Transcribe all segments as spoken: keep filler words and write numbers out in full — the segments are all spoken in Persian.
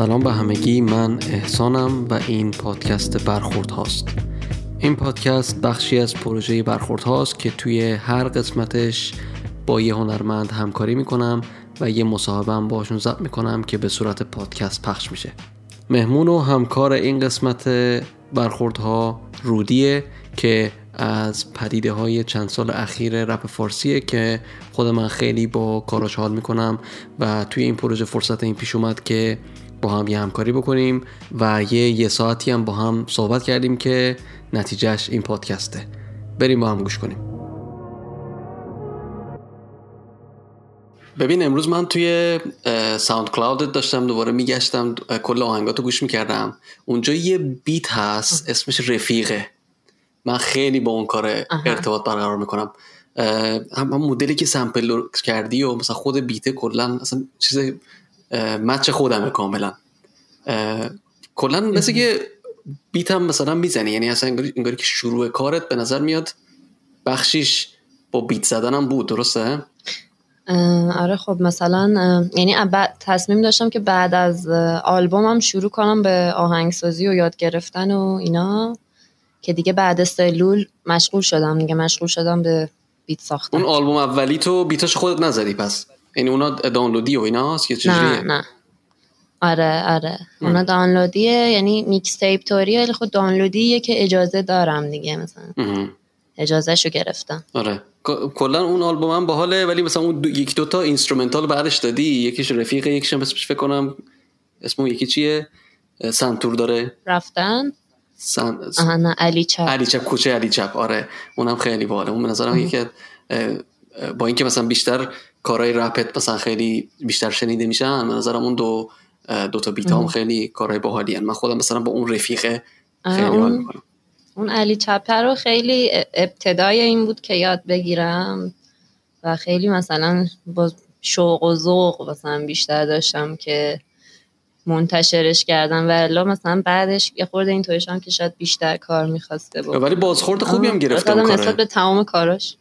سلام به همگی، من احسانم و این پادکست برخورد هاست. این پادکست بخشی از پروژه برخورد هاست که توی هر قسمتش با یه هنرمند همکاری میکنم و یه مصاحبه هم باشون ضبط میکنم که به صورت پادکست پخش میشه. مهمون و همکار این قسمت برخوردها رودیه که از پدیده های چند سال اخیر رپ فارسیه که خود من خیلی با کاراش حال میکنم و توی این پروژه فرصت این پیش اومد که با هم یه همکاری بکنیم و یه یه ساعتی هم با هم صحبت کردیم که نتیجهش این پادکسته. بریم با هم گوش کنیم. ببین، امروز من توی ساوند کلاودت داشتم دوباره میگشتم کل آهنگاتو گوش میکردم. اونجا یه بیت هست اسمش رفیقه. من خیلی با اون کار ارتباط برقرار میکنم. هم مدلی که سمپل کردی و مثلا خود بیته کلا اصلا چیز مچ خودمه کاملا. کلا مثل که بیت هم مثلا میزنی، یعنی اصلا انگاری, انگاری که شروع کارت به نظر میاد بخشیش با بیت زدن هم بود. درسته؟ آره خب مثلا یعنی بعد تصمیم داشتم که بعد از آلبومم شروع کنم به آهنگسازی و یاد گرفتن و اینا، که دیگه بعد استیلول مشغول شدم دیگه مشغول شدم به بیت ساختن. اون آلبوم اولی تو بیتاش خودت نزدی پس؟ یعنی اونا دانلودی و اینا هست که چجوریه؟ نه نه آره آره ام. اونا دانلودیه، یعنی میکس تیپ توریه، ولی خود دانلودیه که اجازه دارم دیگه، مثلا اجازه شو گرفتم. آره کلا اون آلبوم هم باحاله، ولی مثلا اون دو، یک دوتا اینسترومنتال بعدش دادی، یکیش رفیقه، یکیش هم اسمش فکر کنم اسمو یکی چیه، سنتور داره رفتن سن... آها نه علی چپ علی چپ کوچه علی چپ. آره اونم خیلی باحاله. اون به نظرم یکی با اینکه مثلا بیشتر کارهای رپت مثلا خیلی بیشتر شنیده میشن، به نظرم اون دو دو تا بیت هم خیلی کارهای باحالی ان. من خودم مثلا با اون رفیقه خیلی حال میکنم. اون علی چپه رو خیلی ابتدای این بود که یاد بگیرم و خیلی مثلا با شوق و ذوق مثلا بیشتر داشتم که منتشرش کردم، و الا مثلا بعدش یه خورده اینطوریش هم که شاید بیشتر کار میخواسته بود، ولی بازخورد خوبی هم گرفته اون کاره نسبت به تمام کاراش.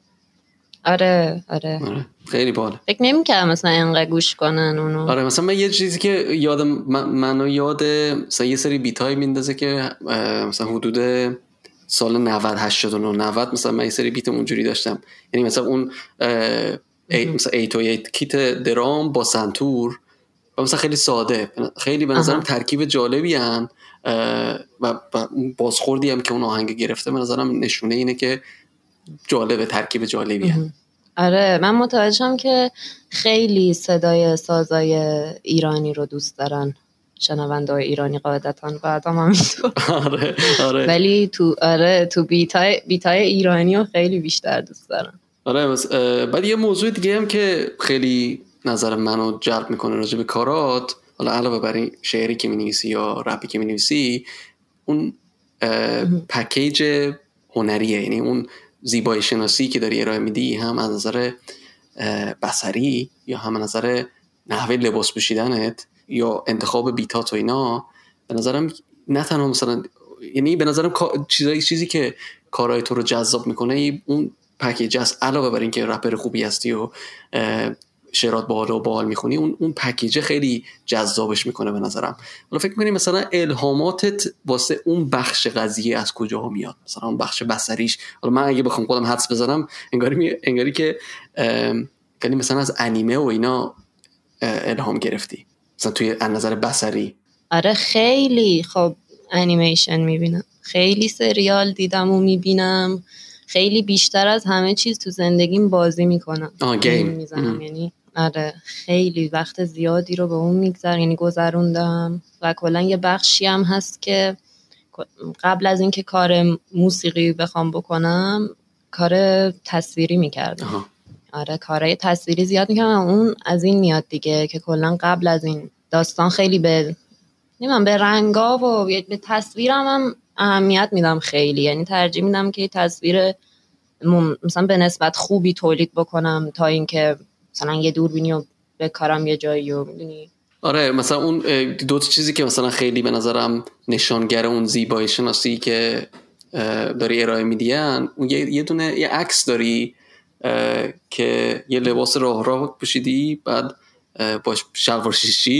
آره آره, آره. خیلی باحال. فکر نمی‌کردم مثلا اینقدر گوش کنن اونو. آره مثلا من یه چیزی که یادم من منو یاد مثلا یه سری بیتای میندازه که مثلا حدود سال نود هشتاد و نه نود مثلا من یه سری بیت اونجوری داشتم، یعنی مثلا اون ای مثلا هشت و هشت کیت درام با سنتور و مثلا خیلی ساده، خیلی به نظرم ترکیب جالبی ان و بازخوردی هم که اون آهنگ گرفته به نظرم نشونه اینه که جالبه، ترکیب جالبی ان. آره من متوجهم که خیلی صدای سازای ایرانی رو دوست دارن شنونده های ایرانی قاعدتاً، بعدم هم اینطور. آره آره ولی تو آره تو بیتای بیتای ایرانی رو خیلی بیشتر دوست دارن. آره بعد یه موضوع دیگه هم که خیلی نظر منو جلب میکنه راجع به کارات، حالا علاوه بر این شعری که می‌نویسی یا رپی که می‌نویسی، اون پکیج هنریه، یعنی اون زیبایی شناسی که داری ارائه میدی، هم از نظر بصری یا هم از نظر نحوه لباس پوشیدنت یا انتخاب بیتات و اینا، به نظرم نه تنها مثلا، یعنی به نظرم چیزایی چیزی که کارهای تو رو جذاب میکنه اون پکیج است. علاوه بر این که رپر خوبی هستی و شعرات باحال و باحال میخونی، اون اون پکیج خیلی جذابش میکنه به نظرم. حالا فکر میکنی مثلا الهاماتت واسه اون بخش قضیه از کجاها میاد؟ مثلا اون بخش بصریش، حالا من اگه بخوام خودم حدس بزنم انگاری می... انگاری که یعنی مثلا از انیمه و اینا الهام گرفتی مثلا توی از نظر بصری. آره خیلی خب انیمیشن میبینم، خیلی سریال دیدم و میبینم، خیلی بیشتر از همه چیز تو زندگیم بازی میکنم، آه گیم میزنم، یعنی آره خیلی وقت زیادی رو به اون میگذر یعنی گذروندم. و کلا یه بخشی هم هست که قبل از اینکه کار موسیقی بخوام بکنم کار تصویری میکردم. آه. آره کارهای تصویری زیاد میکردم، اون از این میاد دیگه که کلا قبل از این داستان خیلی به نمیدونم به رنگا و به تصویرم هم اهمیت میدم خیلی، یعنی ترجیح میدم که تصویر مثلا به نسبت خوبی تولید بکنم تا اینکه مثلا یه دوربینی رو بکارم یه جایی رو میدونی. آره مثلا اون دو تا چیزی که مثلا خیلی به نظرم نشانگر اون زیبایی شناسی که داری ارائه میدین، اون یه دونه یه عکس داری که یه لباس راه راه پوشیدی، بعد با شلوار شیشیب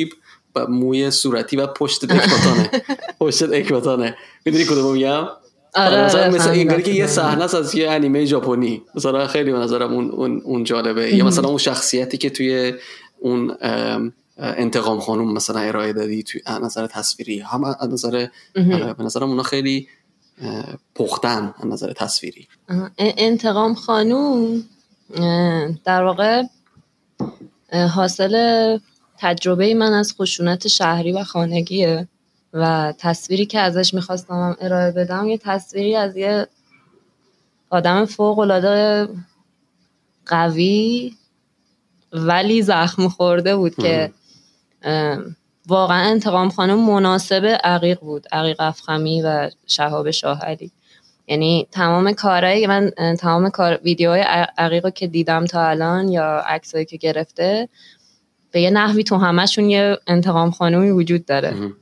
موی صورتی و پشت اکباتانه پشت اکباتانه میدونی کدوم میگم؟ آره مثلا آره مثل انگاری که یه فهمیدم. صحنه است از یه انیمه ژاپنی مثلا خیلی به نظرم اون اون اون جالبه. یا مثلا اون شخصیتی که توی اون انتقام خانوم مثلا ارائه دادی توی نظر تصویری هم از نظر به نظرم اونا خیلی پختن از نظر تصویری. انتقام خانوم در واقع حاصل تجربه من از خشونت شهری و خانگیه و تصویری که ازش میخواستم ارائه بدم یه تصویری از یه آدم فوق‌العاده قوی ولی زخم خورده بود ام. که واقعا انتقام خانم مناسب عقیق بود، عقیق افخمی و شهاب شاه علی. یعنی تمام کارهایی من تمام کار ویدیوهای عقیقو که دیدم تا الان یا عکسایی که گرفته به یه نحوی تو همشون یه انتقام خانومی وجود داره ام.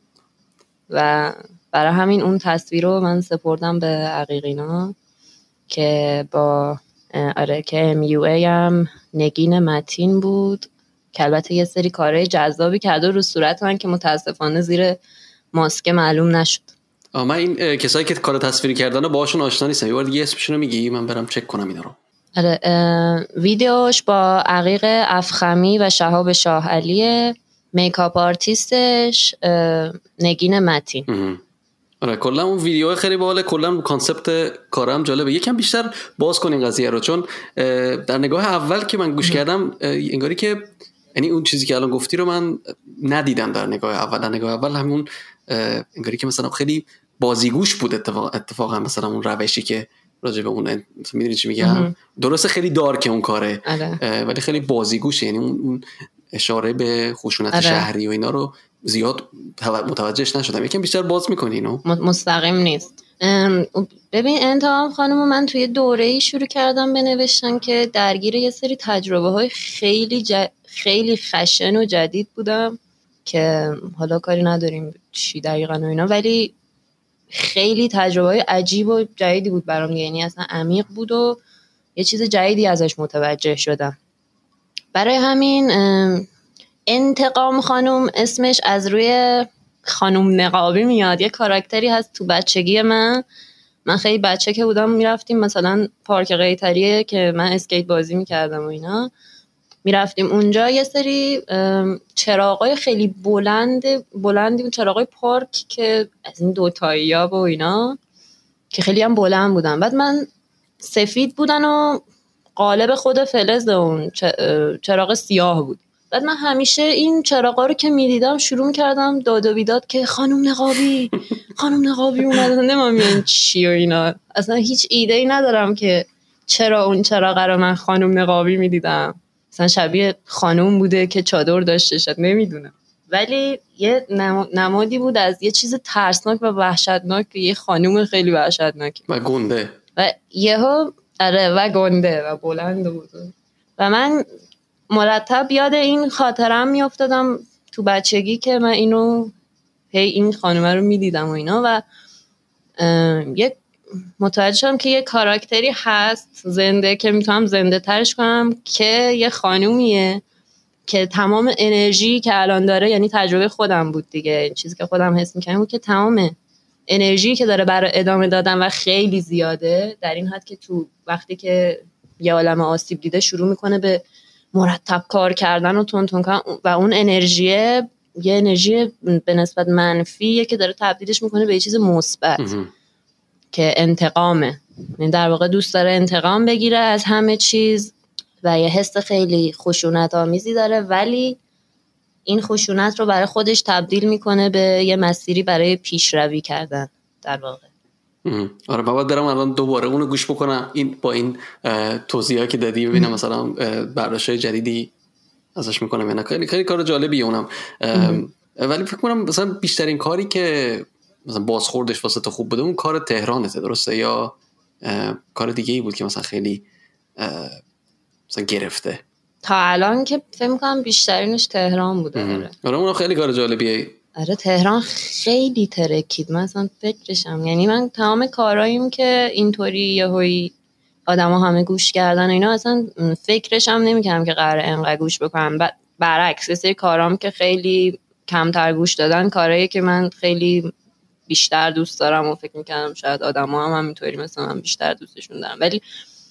و برای همین اون تصویر رو من سپردم به عقیقینا که با آره که ام یو ای هم نگین متین بود که البته یه سری کارهای جذابی کرده رو صورت من که متاسفانه زیر ماسک معلوم نشد. من این کسایی که کار تصویری کردن باهاشون آشنا نیستم، یه بار دیگه اسمشون رو میگی من برم چک کنم اینا رو. آره ویدیوش با عقیق افخمی و شهاب شاه علیه، میکاپ آرتیستش نگین متین. آره کلا اون ویدیو خیلی باحاله، کلا کانسپت کارم جالبه. یکم بیشتر باز کنین قضیه رو، چون در نگاه اول که من گوش کردم انگاری که یعنی اون چیزی که الان گفتی رو من ندیدم در نگاه اول. در نگاه اول همون انگاری که مثلا خیلی بازیگوش بود اتفاق اتفاقا مثلا اون روشی که راجع به اون میدونی چی میگم، درسته خیلی دارکه اون کاره ولی خیلی بازیگوشه. یعنی اون اشاره به خشونت اره. شهری و اینا رو زیاد متوجهش نشدم. یکم بیشتر باز میکنی اینو؟ مستقیم نیست. ببین انتقام خانم من توی دوره‌ای شروع کردم بنوشتن که درگیر یه سری تجربه های خیلی ج... خیلی خشن و جدید بودم که حالا کاری نداریم چی دقیقاً و اینا، ولی خیلی تجربه های عجیب و جدیدی بود برام. یعنی اصلا عمیق بود و یه چیز جدیدی ازش متوجه شدم. برای همین انتقام خانم اسمش از روی خانم نقابی میاد. یه کاراکتری هست تو بچگی من من خیلی بچه که بودم میرفتیم مثلا پارک قیطریه که من اسکیت بازی میکردم و اینا، میرفتیم اونجا یه سری چراغای خیلی بلند بلندی بود، چراغای پارک که از این دوتایی‌ها و اینا که خیلی هم بلند بودن. بعد من سفید بودن و قالب خود فلز اون چراغ سیاه بود. بعد من همیشه این چراغا رو که میدیدم شروع میکردم داد و بیداد که خانم نقابی خانم نقابی اومدن، نمیدونم چی و اینا. اصلا هیچ ایده ای ندارم که چرا اون چراغ رو من خانم نقابی میدیدم. مثلا شبیه خانم بوده که چادر داشته شد، نمیدونم. ولی یه نمادی بود از یه چیز ترسناک و وحشتناک، یه خانم خیلی وحشتناک و گنده و یهو آره و گنده و بلند بود و من مرتب یاد این خاطرم میافتادم تو بچگی که من اینو هی این خانومه رو میدیدم و اینا و یک متوجه شدم که یه کاراکتری هست زنده که میتونم زنده ترش کنم که یه خانومیه که تمام انرژی که الان داره، یعنی تجربه خودم بود دیگه، چیزی که خودم حس میکنم بود که تمام انرژی که داره برای ادامه دادن و خیلی زیاده، در این حد که تو وقتی که یه عالمه آسیب دیده شروع میکنه به مرتب کار کردن و تون تون کردن و اون انرژیه یه انرژی به نسبت منفیه که داره تبدیلش میکنه به یه چیز مثبت که انتقامه. یعنی در واقع دوست داره انتقام بگیره از همه چیز و یه حس خیلی خشونت آمیزی داره، ولی این خشونت رو برای خودش تبدیل میکنه به یه مسیری برای پیشروی کردن در واقع. آره بابا برم الان دوباره اونو گوش بکنم این با این توضیحاتی که دادی ببینم مثلا برداشت‌های جدیدی ازش میکنم. یعنی خیلی خیلی کار جالبیه اونم. ولی فکر کنم مثلا بیشترین کاری که مثلا بازخوردش واسه تو خوب بوده اون کار تهرانته، درسته؟ یا کار دیگه ای بود که مثلا خیلی مثلا گرفته؟ تا الان که فکر میکنم بیشترینش تهران بوده. آره آره اون خیلی کار جالبیه. آره تهران خیلی ترکید، من اصلا فکرشم، یعنی من تمام کارهایم که اینطوری یهویی آدما همه گوش کردن اینا اصلا فکرشم نمی‌کردم که قراره انقدر گوش بکنم. برعکس یه سری کارام که خیلی کمتر گوش دادن کارهایی که من خیلی بیشتر دوست دارم و فکر میکنم شاید آدما هم همینطوری مثل من بیشتر دوستشون دارم. ولی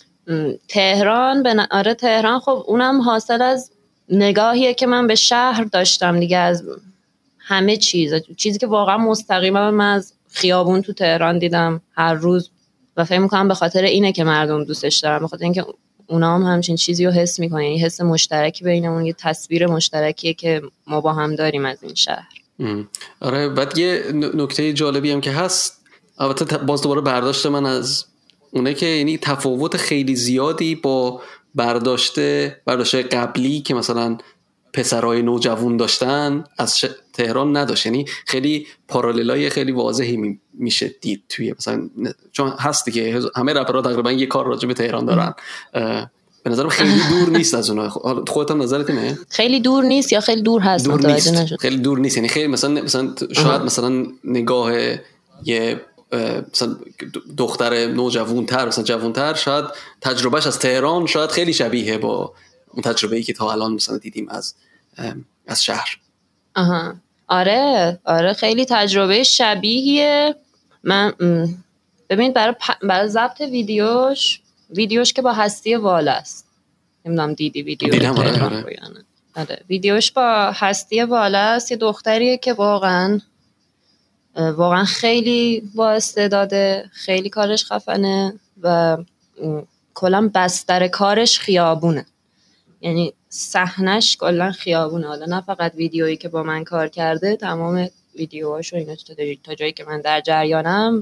تهران به آره تهران خب اونم حاصل از نگاهیه که من به شهر داشتم دیگه، از همه چیز، چیزی که واقعا مستقیما من از خیابون تو تهران دیدم هر روز و فکر میکنم به خاطر اینه که مردم دوستش دارن، به خاطر اینکه اونا هم همچین چیزی رو حس میکنن، یعنی حس مشترکی بینمون، یه تصویر مشترکیه که ما با هم داریم از این شهر. ام. آره بعد یه نکته جالبی هم که هست، البته باز دوباره برداشت من از اونه که یعنی تفاوت خیلی زیادی با برداشته برداشته قبلی که مثلا پسرای نوجوان داشتن از ش... تهران نداشت، یعنی خیلی پاراللای خیلی واضحی می... میشه دید توی مثلا، چون هست دیگه همه رپرها تقریبا یه کار راجع به تهران دارن، به نظرم خیلی دور نیست از اونها. خودت هم نظرت اینه؟ خیلی دور نیست یا خیلی دور هست؟ دور نیست. خیلی دور نیست، یعنی خیلی مثلا مثلا شاید مثلا نگاه یه مثلا دختر نوجوان‌تر مثلا جوان‌تر شاید تجربهش از تهران شاید خیلی شبیه با اون تجربه‌ای که تا الان مثلا دیدیم از از شهر. آها آره آره خیلی تجربه شبیهیه. من ببین برای پ... برای ضبط ویدیوش ویدیوش که با هستی والا است، نمیدونم دیدی ویدیو دیدم آره آره. آره ویدیوش با هستی والا است، یه دختریه که واقعا واقعا خیلی با استعداده، خیلی کارش خفنه و کلا بستر کارش خیابونه، یعنی صحنش کلا خیابونه. حالا نه فقط ویدیویی که با من کار کرده، تمام ویدیوهاشو اینا تا جایی که من در جریانم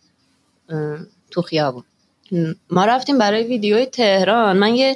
تو خیابون. ما رفتیم برای ویدیوی تهران. من یه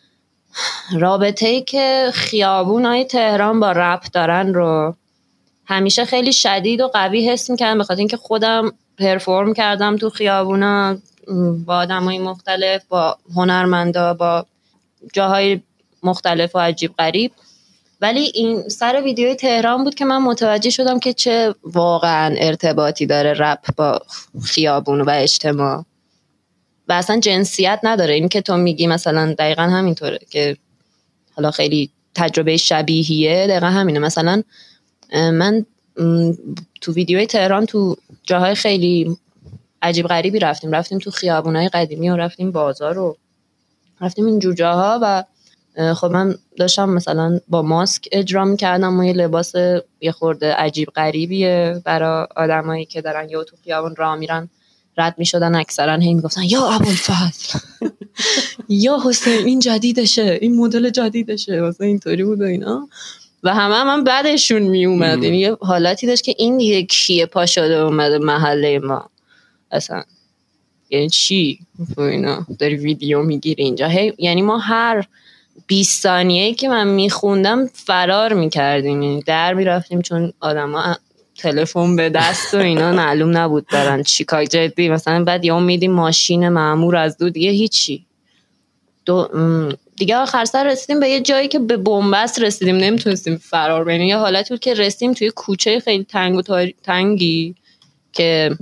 رابطه‌ای که خیابونای تهران با رپ دارن رو همیشه خیلی شدید و قوی حس می‌کردم، به خاطر اینکه خودم پرفورم کردم تو خیابونا با آدمای مختلف، با هنرمندا، با جاهای مختلف و عجیب غریب. ولی این سر ویدیوی تهران بود که من متوجه شدم که چه واقعا ارتباطی داره رپ با خیابون و اجتماع و اصلا جنسیت نداره. این که تو میگی مثلا دقیقا همینطوره که حالا خیلی تجربه شبیهیه، دقیقا همینه. مثلا من تو ویدیوی تهران تو جاهای خیلی عجیب غریبی رفتیم رفتیم تو خیابونای قدیمی و رفتیم بازار و رفتیم اینجور جاها و خب من داشتم مثلا با ماسک اجرا می‌کردم و یه لباس یه خورده عجیب غریبیه برای آدمایی که دارن یا تو خیابون راه میرن رد می‌شدن، اکثرا هی میگفتن یا ابوالفضل یا حسین این جدیدشه، این مدل جدیدشه، مثلا اینطوری بود و اینا و همه هم, هم بعدشون میومد. یعنی یه حالتی داشت که این دیگه کیه پا شده اومده محله ما اصلا، یعنی چی اینا داری ویدیو میگیری اینجا. هی یعنی ما هر بیست ثانیه‌ای که من میخوندم فرار میکردیم، یعنی در میرفتیم چون آدما تلفن به دست و اینا معلوم نبود دارن چیکار جدی. مثلا بعد یا میدیم ماشین مأمور از دو دیگه هیچی دو دیگه. آخر سر رسیدیم به یه جایی که به بنبست رسیدیم، نمیتونستیم فرار بریم. یه حالتی بود که رسیدیم توی کوچه خیلی تنگ و تار... تنگی که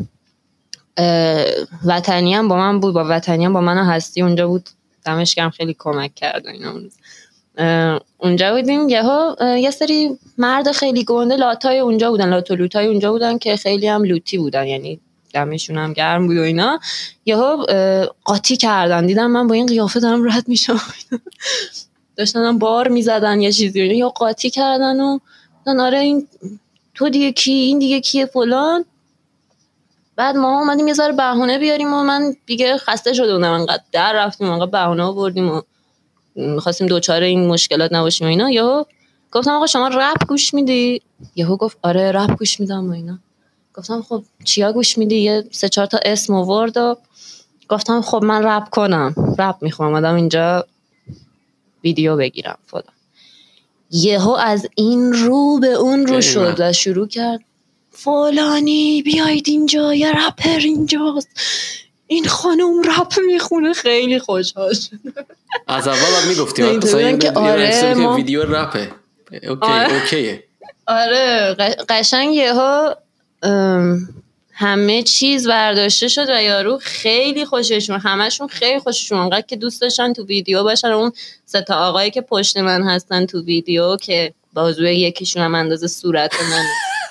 وطنی هم با من بود، با وطنی هم با من هستی اونجا بود، دمش گرم خیلی کمک کرد اینا. اونجا بودیم یهو یه سری مرد خیلی گنده لاتای اونجا بودن، لاتولوتای اونجا بودن که خیلی هم لوتی بودن، یعنی دمشون هم گرم بود و اینا. یهو قاطی کردن، دیدم من با این قیافه دارم رد میشم داشتن بار میزدن یه چیزی، یا قاطی کردن و آره این تو دیگه کی، این دیگه کیه فلان. بعد ما اومدیم یه ذره بهونه بیاریم و من دیگه خسته شده بودم انقدر در رفتیم انقدر بهونه آوردیم و می‌خواستیم دوچاره این مشکلات نباشیم و اینا. یهو گفتم آقا شما رپ گوش میدی؟ یهو گفت آره رپ گوش میدم و اینا. گفتم خب چیا گوش میدی؟ یه سه چهار تا اسم آورد و گفتم خب من رپ کنم، رپ میخوام آدم اینجا ویدیو بگیرم فلان. یهو از این رو به اون رو شد و شروع کرد فلانی بیاید اینجا یه رپر اینجاست، این خانم رپ میخونه. خیلی خوشحال شد. از اول باید میگفتی مثلا یه آره ما... ویدیو رپه اوکی آره. اوکیه آره قشنگ یهو همه چیز برداشته شد و یارو خیلی خوششون، همشون خیلی خوششون انقدر که دوست داشتن تو ویدیو باشن. اون سه تا آقایی که پشت من هستن تو ویدیو که بازوی یکیشون هم اندازه صورت من.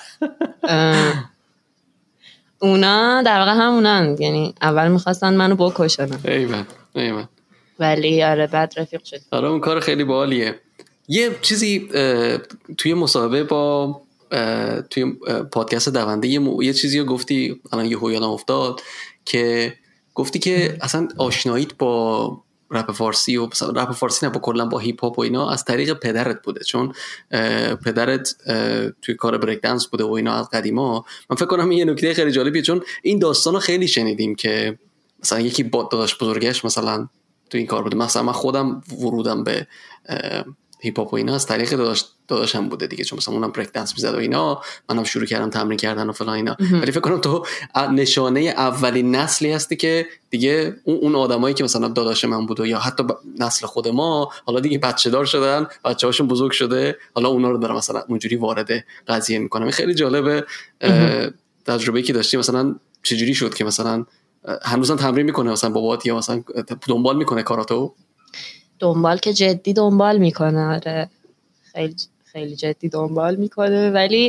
اونا در واقع همونن، یعنی اول میخواستن منو بکشن. ایوان ایوان. ولی آره بعد رفیق شد. آره اون کار خیلی باحالیه. یه چیزی توی مصاحبه با توی پادکست دونده یه, م... یه چیزی رو گفتی، الان یه هویانم افتاد که گفتی که اصلا آشناییت با رپ فارسی و رپ فارسی نه با کلا با هیپ هاپ و اینا از طریق پدرت بوده، چون پدرت توی کار بریک دنس بوده و اینا از قدیما. من فکر کنم این یه نکته خیلی جالبیه، چون این داستانو خیلی شنیدیم که مثلا یکی با داداش بزرگش مثلا تو این کار بوده. مثلا من خودم ورودم به هیپ هاپ و اینا از طریق داداش داداشم بوده دیگه، چون مثلا اونم بریک دنس میزد و اینا، منم شروع کردم تمرین کردن و فلان اینا. ولی فکر کنم تو نشانه اولین نسلی هستی که دیگه اون اون آدمایی که مثلا داداش من بود یا حتی نسل خود ما حالا دیگه بچه دار شدن، بچه‌هاشون بزرگ شده، حالا اونا رو دارن مثلا اونجوری وارد قضیه میکنم. خیلی جالبه تجربه‌ای که داشتی. مثلا چجوری شد که مثلا هنوزم تمرین میکنه مثلا بابات، یا مثلا دنبال میکنه کاراتو؟ دنبال که جدی دنبال میکنه، آره خیلی خیلی جدی دنبال میکنه، ولی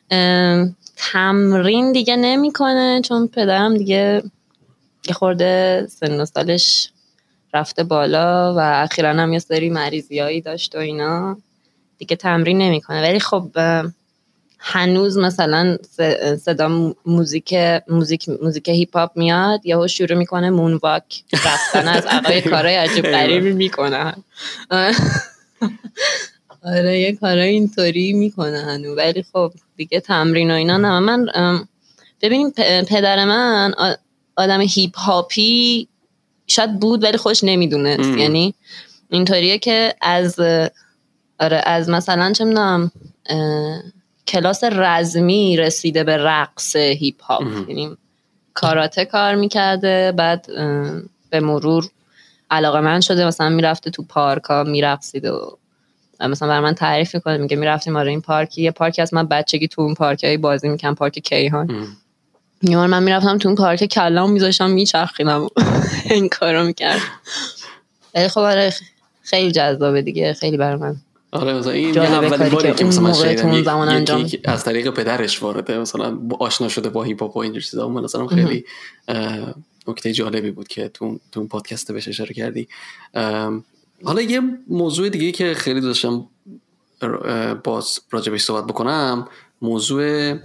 تمرین دیگه نمیکنه چون پدرم دیگه یه خورده سن و سالش رفته بالا و اخیراً هم یه سری مریضیایی داشت و اینا، دیگه تمرین نمیکنه. ولی خب هنوز مثلا صدا موزیک موزیک موزیک هیپ هاپ میاد، یهو شروع میکنه مون واک رفتن از عقای کارهای عجیب غریبی میکنه. آره یه کارای اینطوری میکنه هنوز، ولی خب دیگه تمرین و اینا نه. من ببینیم پدر من آدم هیپ هاپی شاید بود ولی خوش نمیدونست، یعنی اینطوریه که از آره از مثلا چه میدونم کلاس رزمی رسیده به رقص هیپ هاپ، یعنی کاراته کار میکرده، بعد به مرور علاقه من شده، مثلا میرفته تو پارکا میرقصید و مثلا برای من تعریف میکنه، میگه میرفتیم آره این پارکی، یه پارکی از من بچگی تو اون پارکای بازی میکنم، پارک کیهان. یه بار من میرفتم تو اون پارک کلام میذاشتم میچرخیدم این کارو میکرد. ولی خب آره خیلی جذابه دیگه، خیلی برای من آره مثلا این اولین باری که مثلا من شنیدم یکی از طریق پدرش وارده مثلا آشنا شده با هیپ هاپ و این چیزا، من مثلا خیلی نکته جالبی بود که تو تو اون پادکست بهش اشاره کردی. حالا یه موضوع دیگه که خیلی داشتم باز راجبش صحبت بکنم، موضوع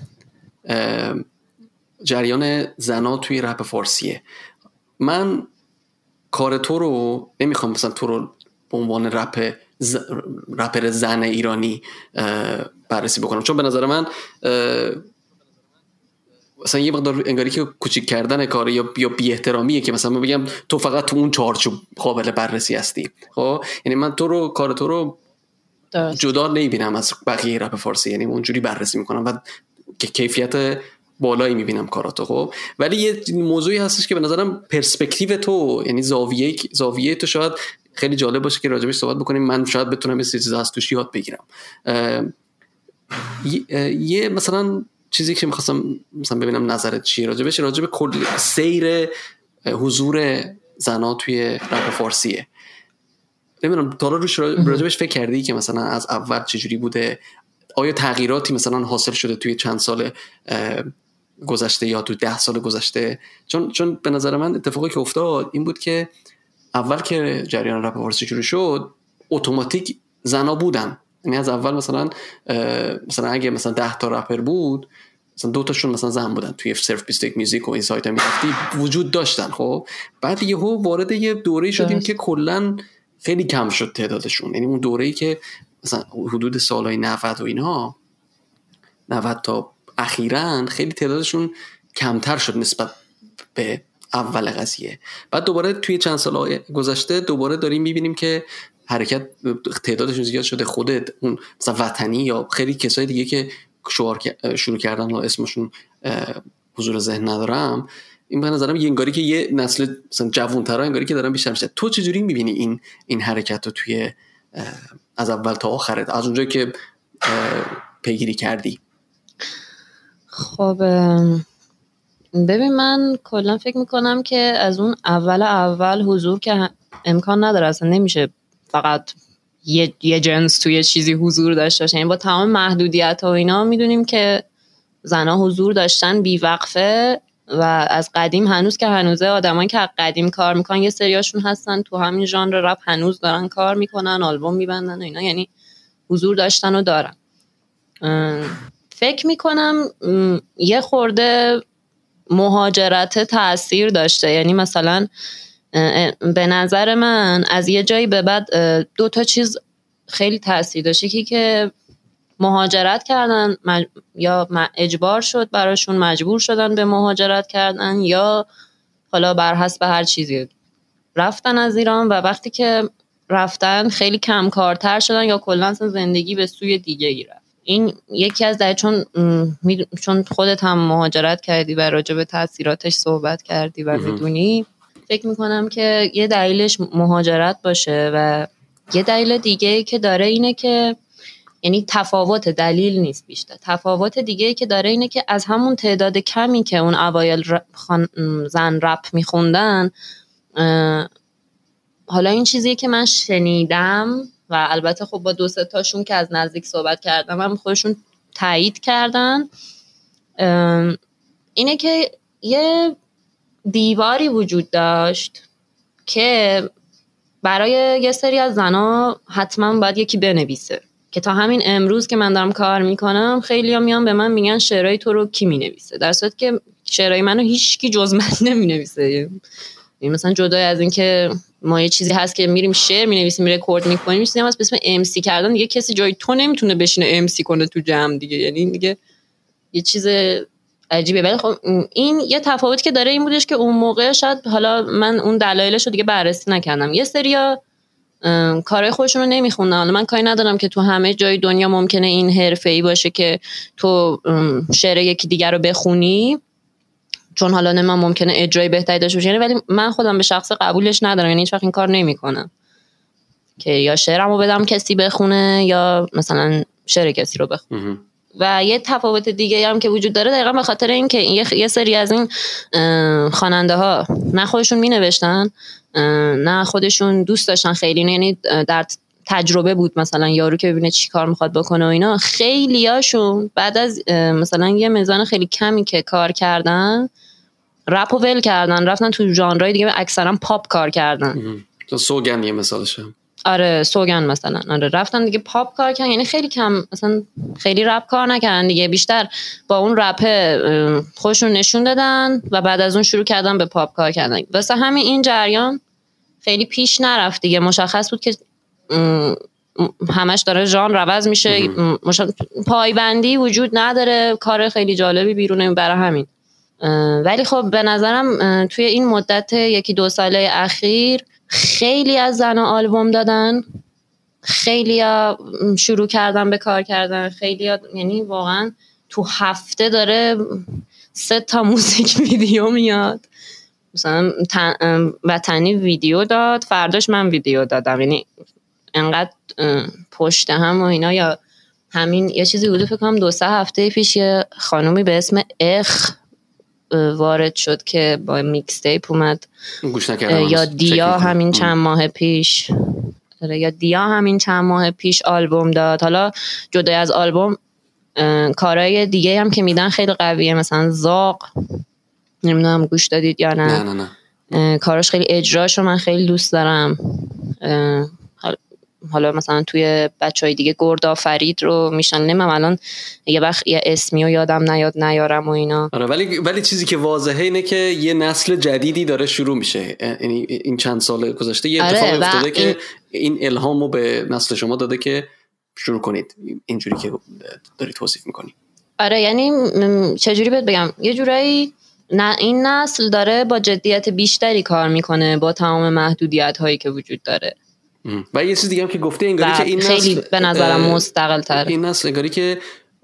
جریان زنا توی رپ فارسیه. من کار تو رو نمیخوام مثلا تو رو به عنوان رپ ز... رپر زن ایرانی بررسی بکنم، چون به نظر من مثلا یه مقدار انگاری که کوچیک کردن کار یا بی بی احترامیه که مثلا من بگم تو فقط تو اون چارچوب قابل بررسی هستی. خب یعنی من تو رو کار تو رو درست. جدا نمیبینم از بقیه رپ فارسی، یعنی اونجوری بررسی میکنم و که کیفیت بالایی میبینم کاراتو. خب ولی یه موضوعی هستش که به نظرم پرسپکتیو تو، یعنی زاویه زاویه تو شاید خیلی جالب باشه که راجبش صحبت بکنیم، من شاید بتونم یه چیزا از توش یاد بگیرم. یه مثلا چیزی که می‌خواستم مثلا ببینم نظرت چیه راجبش، راجب کل سیر حضور زنا توی رپ فارسیه. نمیدونم تا روش راجبش فکر کردی که مثلا از اول چجوری بوده؟ آیا تغییراتی مثلا حاصل شده توی چند سال گذشته یا تو ده سال گذشته؟ چون چون به نظر من اتفاقی که افتاد این بود که اول که جریان رپ فارسی شروع شد اتوماتیک زنا بودن، یعنی از اول مثلا مثلا اگه مثلا ده تا رپر بود مثلا دو تاشون مثلا زن بودن توی صرف بیست و یک میوزیک و این سایت ها میرفتی وجود داشتن. خب بعد یهو وارد یه دوره شدیم که کلا خیلی کم شد تعدادشون، یعنی اون دوره‌ای که مثلا حدود سالهای نود و اینها نود تا اخیراً خیلی تعدادشون کمتر شد نسبت به اول قضیه. بعد دوباره توی چند سال گذشته دوباره داریم میبینیم که حرکت تعدادشون زیاد شده. خودت اون مثلا وطنی یا خیلی کسای دیگه که شروع کردن و اسمشون حضور ذهن ندارم، این به نظرم یه انگاری که یه نسل مثلا جوان‌ترا انگاری که دارن بیشتر میشه. تو چجوری میبینی این این حرکت رو توی از اول تا آخرت، از اونجایی که پیگیری کردی؟ خب ببین من کلا فکر میکنم که از اون اول اول حضور که امکان نداره، اصلا نمیشه فقط یه یه جنس توی چیزی حضور داشته باشه. یعنی با تمام محدودیت ها و اینا میدونیم که زنها حضور داشتن بیوقفه و از قدیم هنوز که هنوزه آدمایی که از قدیم کار میکنن یه سریاشون هستن تو همین ژانر رپ هنوز دارن کار میکنن، آلبوم میبندن و اینا، یعنی حضور داشتن و دارن. فکر میکنم یه خورده مهاجرت تأثیر داشته. یعنی مثلا به نظر من از یه جایی به بعد دو تا چیز خیلی تأثیر داشته. یکی که مهاجرت کردن مج... یا اجبار شد براشون، مجبور شدن به مهاجرت کردن، یا حالا بر حسب هر چیزی رفتن از ایران و وقتی که رفتن خیلی کم کارتر شدن یا کلا زندگی به سوی دیگه ای رفت. این یکی از دلیل، چون می... چون خودت هم مهاجرت کردی و راجع به تاثیراتش صحبت کردی و میدونی، فکر میکنم که یه دلیلش مهاجرت باشه. و یه دلیل دیگه که داره اینه که یعنی تفاوت، دلیل نیست بیشتر، تفاوت دیگه که داره اینه که از همون تعداد کمی که اون اوایل خان... زن رپ میخوندن، حالا این چیزیه که من شنیدم و البته خب با دو سه تاشون که از نزدیک صحبت کردم هم خودشون تایید کردن، اینه که یه دیواری وجود داشت که برای یه سری از زنا حتما باید یکی بنویسه. که تا همین امروز که من دارم کار میکنم خیلی ها میان به من میگن شعرهای تو رو کی مینویسه، در صورتی که شعرهای منو هیچ کی جز من نمینویسه. یعنی مثلا جدای از این که ما یه چیزی هست که میریم شعر مینویسیم، رکورد میکنیم، چیزی هم هست به اسم ام سی کردن، دیگه کسی جای تو نمیتونه بشینه ام سی کنه تو جمع دیگه. یعنی دیگه یه چیز عجیبه. ولی خب این یه تفاوتی که داره این بودش که اون موقع شاید، حالا من اون دلایلش رو دیگه بررسی نکردم، یه سریا کارهای خودشون رو نمیخوندن. حالا من کاری ندارم که تو همه جای دنیا ممکنه این حرفه‌ای باشه که تو شعر یکی دیگر رو بخونی، چون حالا نه من ممکنه اجرای بهتری داشته باشه، ولی من خودم به شخص قبولش ندارم. یعنی هیچ وقت این کار نمیکنم که یا شعرمو بدم کسی بخونه یا مثلا شعر کسی رو بخونه. و یه تفاوت دیگه هم که وجود داره دقیقا به خاطر این که یه سری از این خواننده ها نه خودشون می نوشتن نه خودشون دوست داشتن خیلی، یعنی در تجربه بود مثلا یارو که ببینه چی کار میخواد بکنه و اینا. خیلی هاشون بعد از مثلا یه میزان خیلی کمی که کار کردن رپ و ول کردن، رفتن تو ژانرهای دیگه، اکثرا پاپ کار کردن. تو سوگن یه مثالشه. آره سوگن مثلا، آره رفتن دیگه پاپ کار کردن. یعنی خیلی کم مثلا خیلی رپ کار نکردن دیگه، بیشتر با اون رپ خودشون نشون دادن و بعد از اون شروع کردن به پاپ کار کردن. واسه همین این جریان خیلی پیش نرفت دیگه. مشخص بود که همش داره ژانر عوض میشه، پایبندی وجود نداره، کار خیلی جالبی بیرونه برای همین. ولی خب به نظرم توی این مدت یکی دو ساله اخیر خیلی از زنها آلبوم دادن، خیلی ها شروع کردن به کار کردن، خیلی ها یعنی واقعا تو هفته داره سه تا موزیک ویدیو میاد. مثلا وطنی ویدیو داد، فرداش من ویدیو دادم. یعنی انقدر پشت هم و اینا. یا همین یه چیزی بوده فکر کنم دو سه هفته پیش یه خانومی به اسم اخ وارد شد که با میکس تیپ اومد، گوش نکردم. یا دیا همین چند ماه پیش یا دیا همین چند ماه پیش آلبوم داد. حالا جدای از آلبوم کارهای دیگه هم که میدن خیلی قویه، مثلا زاغ، نمیدونم گوش دادید یا نه. نه نه نه. کاراش خیلی اجراشو من خیلی دوست دارم. حالا مثلا توی بچهای دیگه گردا فرید رو میشنم الان یه وقت یه اسمی رو یادم نیاد نیارم و اینا. آره ولی ولی چیزی که واضحه اینه که یه نسل جدیدی داره شروع میشه. یعنی این چند سال گذشته یه اتفاقی آره افتاده که این... این الهامو به نسل شما داده که شروع کنید اینجوری که داری توصیف میکنی. آره یعنی چجوری بهت بگم، یه جورایی نه این نسل داره با جدیت بیشتری کار میکنه با تمام محدودیت هایی که وجود داره. و یه چیز دیگه هم که گفته انگاری که این خیلی نسل به نظرم مستقل تره. این نسل انگاری که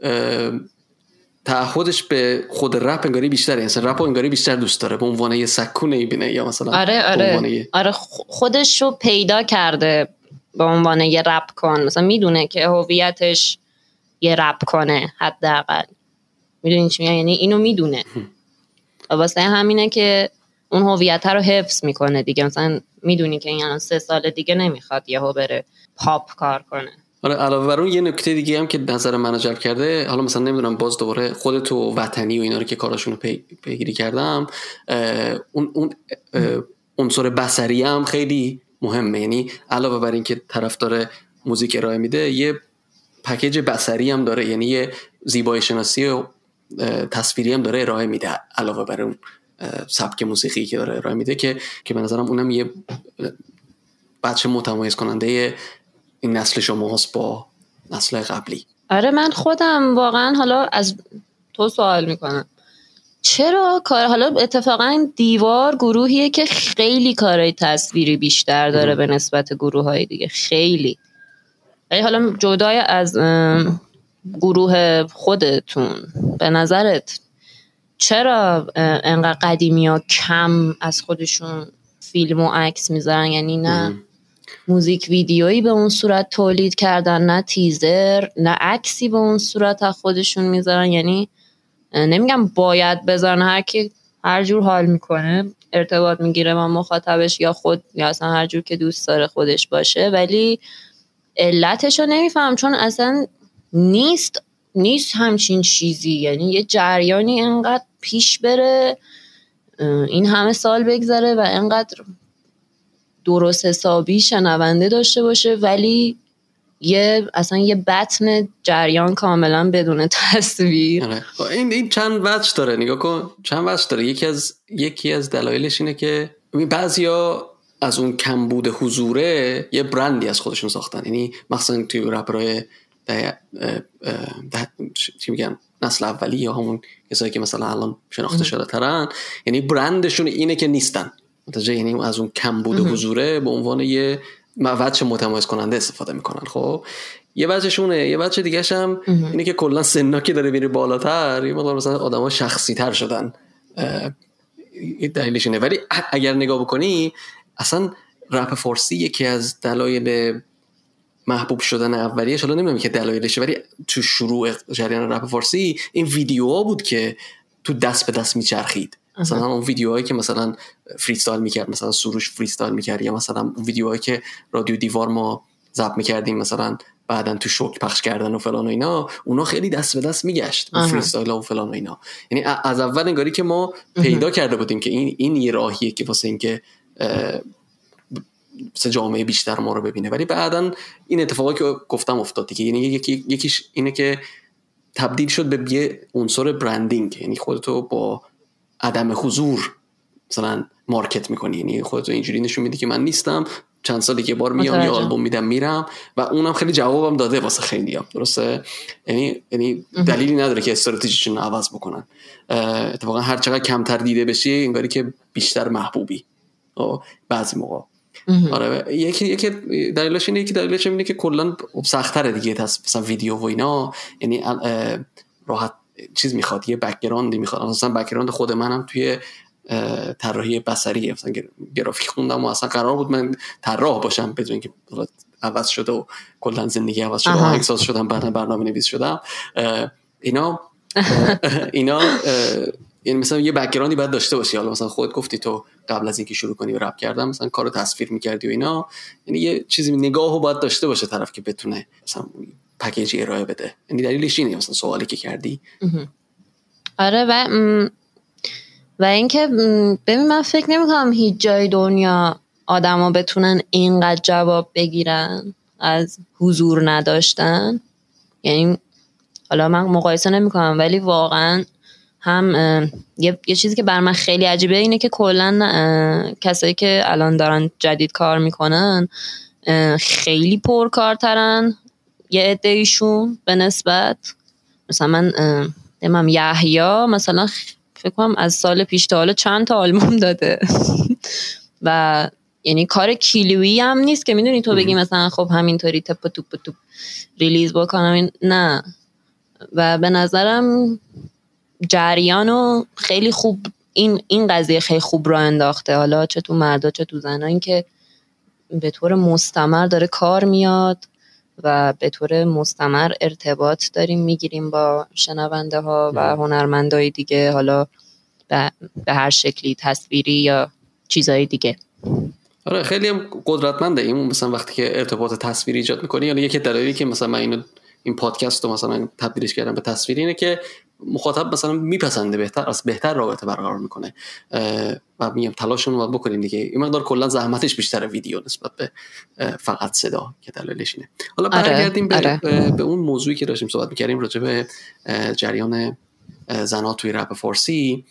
تعهدش به خود رپ انگاری بیشتره، مثلا رپ انگاری بیشتر دوست داره به عنوان یه سکونه میبینه، یا مثلا آره آره یه... آره خودش رو پیدا کرده به عنوان یه رپ کن. مثلا میدونه که هویتش یه رپ کنه، حداقل میدونین چی میگم، یعنی اینو میدونه. واسه همینه که اون هویت رو حفظ میکنه دیگه. مثلا میدونی که این الان سه سال دیگه نمیخواد یهو بره پاپ کار کنه. آره علاوه بر اون یه نکته دیگه هم که نظر منو جلب کرده، حالا مثلا نمیدونم باز دوباره خودت و وطنی و اینا رو که کاراشونو پی، پیگیری کردم، اون اون عنصر بصری هم خیلی مهمه. یعنی علاوه بر این که طرفدار موزیک ارائه میده، یه پکیج بصری هم داره، یعنی یه زیبایی شناسی و تصویری هم داره ارائه میده علاوه بر اون سبک موسیقی که داره ارائه میده، که که به نظرم اونم یه بچه متمایز کننده این نسل شما هست با نسل قبلی. آره من خودم واقعا حالا از تو سوال میکنم چرا کار، حالا اتفاقا دیوار گروهیه که خیلی کارهای تصویری بیشتر داره به نسبت گروههای دیگه، خیلی. ولی حالا جدای از گروه خودتون، به نظرت چرا انقدر قدیمی ها کم از خودشون فیلم و عکس میذارن؟ یعنی نه موزیک ویدیویی به اون صورت تولید کردن، نه تیزر، نه عکسی به اون صورت از خودشون میذارن. یعنی نمیگم باید بذارن، هر کی هر جور حال میکنه ارتباط میگیره با مخاطبش، یا خود یا اصلا هر جور که دوست داره خودش باشه، ولی علتش رو نمیفهم، چون اصلا نیست نیست همچین چیزی. یعنی یه جریانی انقدر پیش بره، این همه سال بگذره و انقدر درست حسابی شنونده داشته باشه، ولی یه اصلا یه بطن جریان کاملا بدون تصویر. این این چند وجه داره، نگاه کن چند وجه داره. یکی از یکی از دلایلش اینه که بعضیا از اون کمبود حضوره یه برندی از خودشون ساختن. یعنی مثلا توی رپرهای ده ده چی میگن نسل اولی یا همون کسایی که مثلا الان شناخته شده ترن، یعنی برندشون اینه که نیستن متوجه، یعنی از اون کمبود حضوره به عنوان یه وجه متمایز کننده استفاده میکنن. خب یه وجهشونه. یه وجه دیگه‌ش هم اینه که کلا سنا که داره میره بالاتر، یه مقدار مثلا آدما شخصی تر شدن، این دلیلش اینه. ولی اگر نگاه بکنی اصلا رپ فارسی یکی از دلایل محبوب شدن اولیش، حالا نمیدونم که دلایلشه، ولی تو شروع جریان رپ فارسی این ویدیوها بود که تو دست به دست میچرخید. مثلا اون ویدیوهایی که مثلا فریستایل میکرد، مثلا سروش فریستایل میکرد، یا مثلا اون ویدیوهایی که رادیو دیوار ما ضبط میکردیم مثلا بعدن تو شوک پخش کردن و فلان و اینا، اونا خیلی دست به دست میگشت فریستایل و فلان و اینا. یعنی از اول انگاری که ما پیدا کرده بودیم که این این یه راهیه که واسه اینکه سه جامعه بیشتر ما رو ببینه. ولی بعدن این اتفاقی که گفتم افتاد دیگه. یعنی یکی یکیش اینه که تبدیل شد به یه عنصر برندینگ، یعنی خودتو با عدم حضور مثلا مارکت میکنی، یعنی خودتو اینجوری نشون میدی که من نیستم، چند سالی که بار میام یه آلبوم میدم میرم، و اونم خیلی جوابم داده واسه خیلی‌ها. درسته؟ یعنی یعنی دلیلی نداره که استراتژیشون عوض بکنن. اتفاقا هر چقدر کمتر دیده بشی انگاری که بیشتر محبوبی بعضی موقع. آره یکی یکی دلیلش اینه، یکی دلیلش اینه که کلا سخت‌تره دیگه مثلا ویدیو و اینا، یعنی راحت چیز میخواد، یه بک‌گراندی میخواد. مثلا بک‌گراند خود منم توی طراحی بصری، مثلا گرافیک خوندم و اصلا قرار بود من طراح باشم، بدون اینکه عوض شده و کلا زندگی عوض شده، آهنگساز شدم، بعداً برنامه‌نویس شدم. اینا اینا یعنی مثلا یه بک‌گراندی باید داشته باشی. حالا مثلا خودت گفتی تو قبل از اینکه شروع کنی به رپ کردن مثلا کارو تصویر می‌کردی و اینا، یعنی یه چیزی نگاهو باید داشته باشه طرف که بتونه مثلا پکیجی ارائه بده. یعنی دلیلش اینه مثلا سوالی که کردی. آره و و اینکه ببین من فکر نمی‌کنم هیچ جای دنیا آدما بتونن اینقدر جواب بگیرن از حضور نداشتن. یعنی حالا من مقایسه نمی‌کنم، ولی واقعا هم یه،, یه چیزی که بر من خیلی عجیبه اینه که کلا کسایی که الان دارن جدید کار میکنن خیلی پرکارترن یه عده‌ایشون به نسبت مثلا من نمیم یحیی مثلا فکر کنم از سال پیش تا حالا چند تا آلبوم داده و یعنی کار کیلویی هم نیست که میدونی تو بگی مثلا خب همینطوری تپ توپ توپ ریلیز بکنم، نه. و به نظرم جریانو خیلی خوب این این قضیه خیلی خوب راه انداخته، حالا چه تو مردا چه تو زنا، این که به طور مستمر داره کار میاد و به طور مستمر ارتباط داریم میگیریم با شنونده ها و هنرمندای دیگه، حالا به, به هر شکلی تصویری یا چیزای دیگه. آره خیلی هم قدرتمنده این مثلا وقتی که ارتباط تصویری ایجاد می‌کنی. یعنی یکی دلایلی که مثلا من اینو این پادکست رو مثلا تبدیلش کردم به تصویری اینه که مخاطب مثلا میپسنده، بهتر از بهتر رابطه برقرار میکنه و میگم تلاشمون رو بکنیم دیگه. این مقدار کلا زحمتش بیشتره ویدیو نسبت به فقط صدا که دلیلش اینه. حالا برگردیم آره. به, آره. به اون موضوعی که داشتیم صحبت میکردیم راجع به جریان زن‌ها توی رپ فارسی.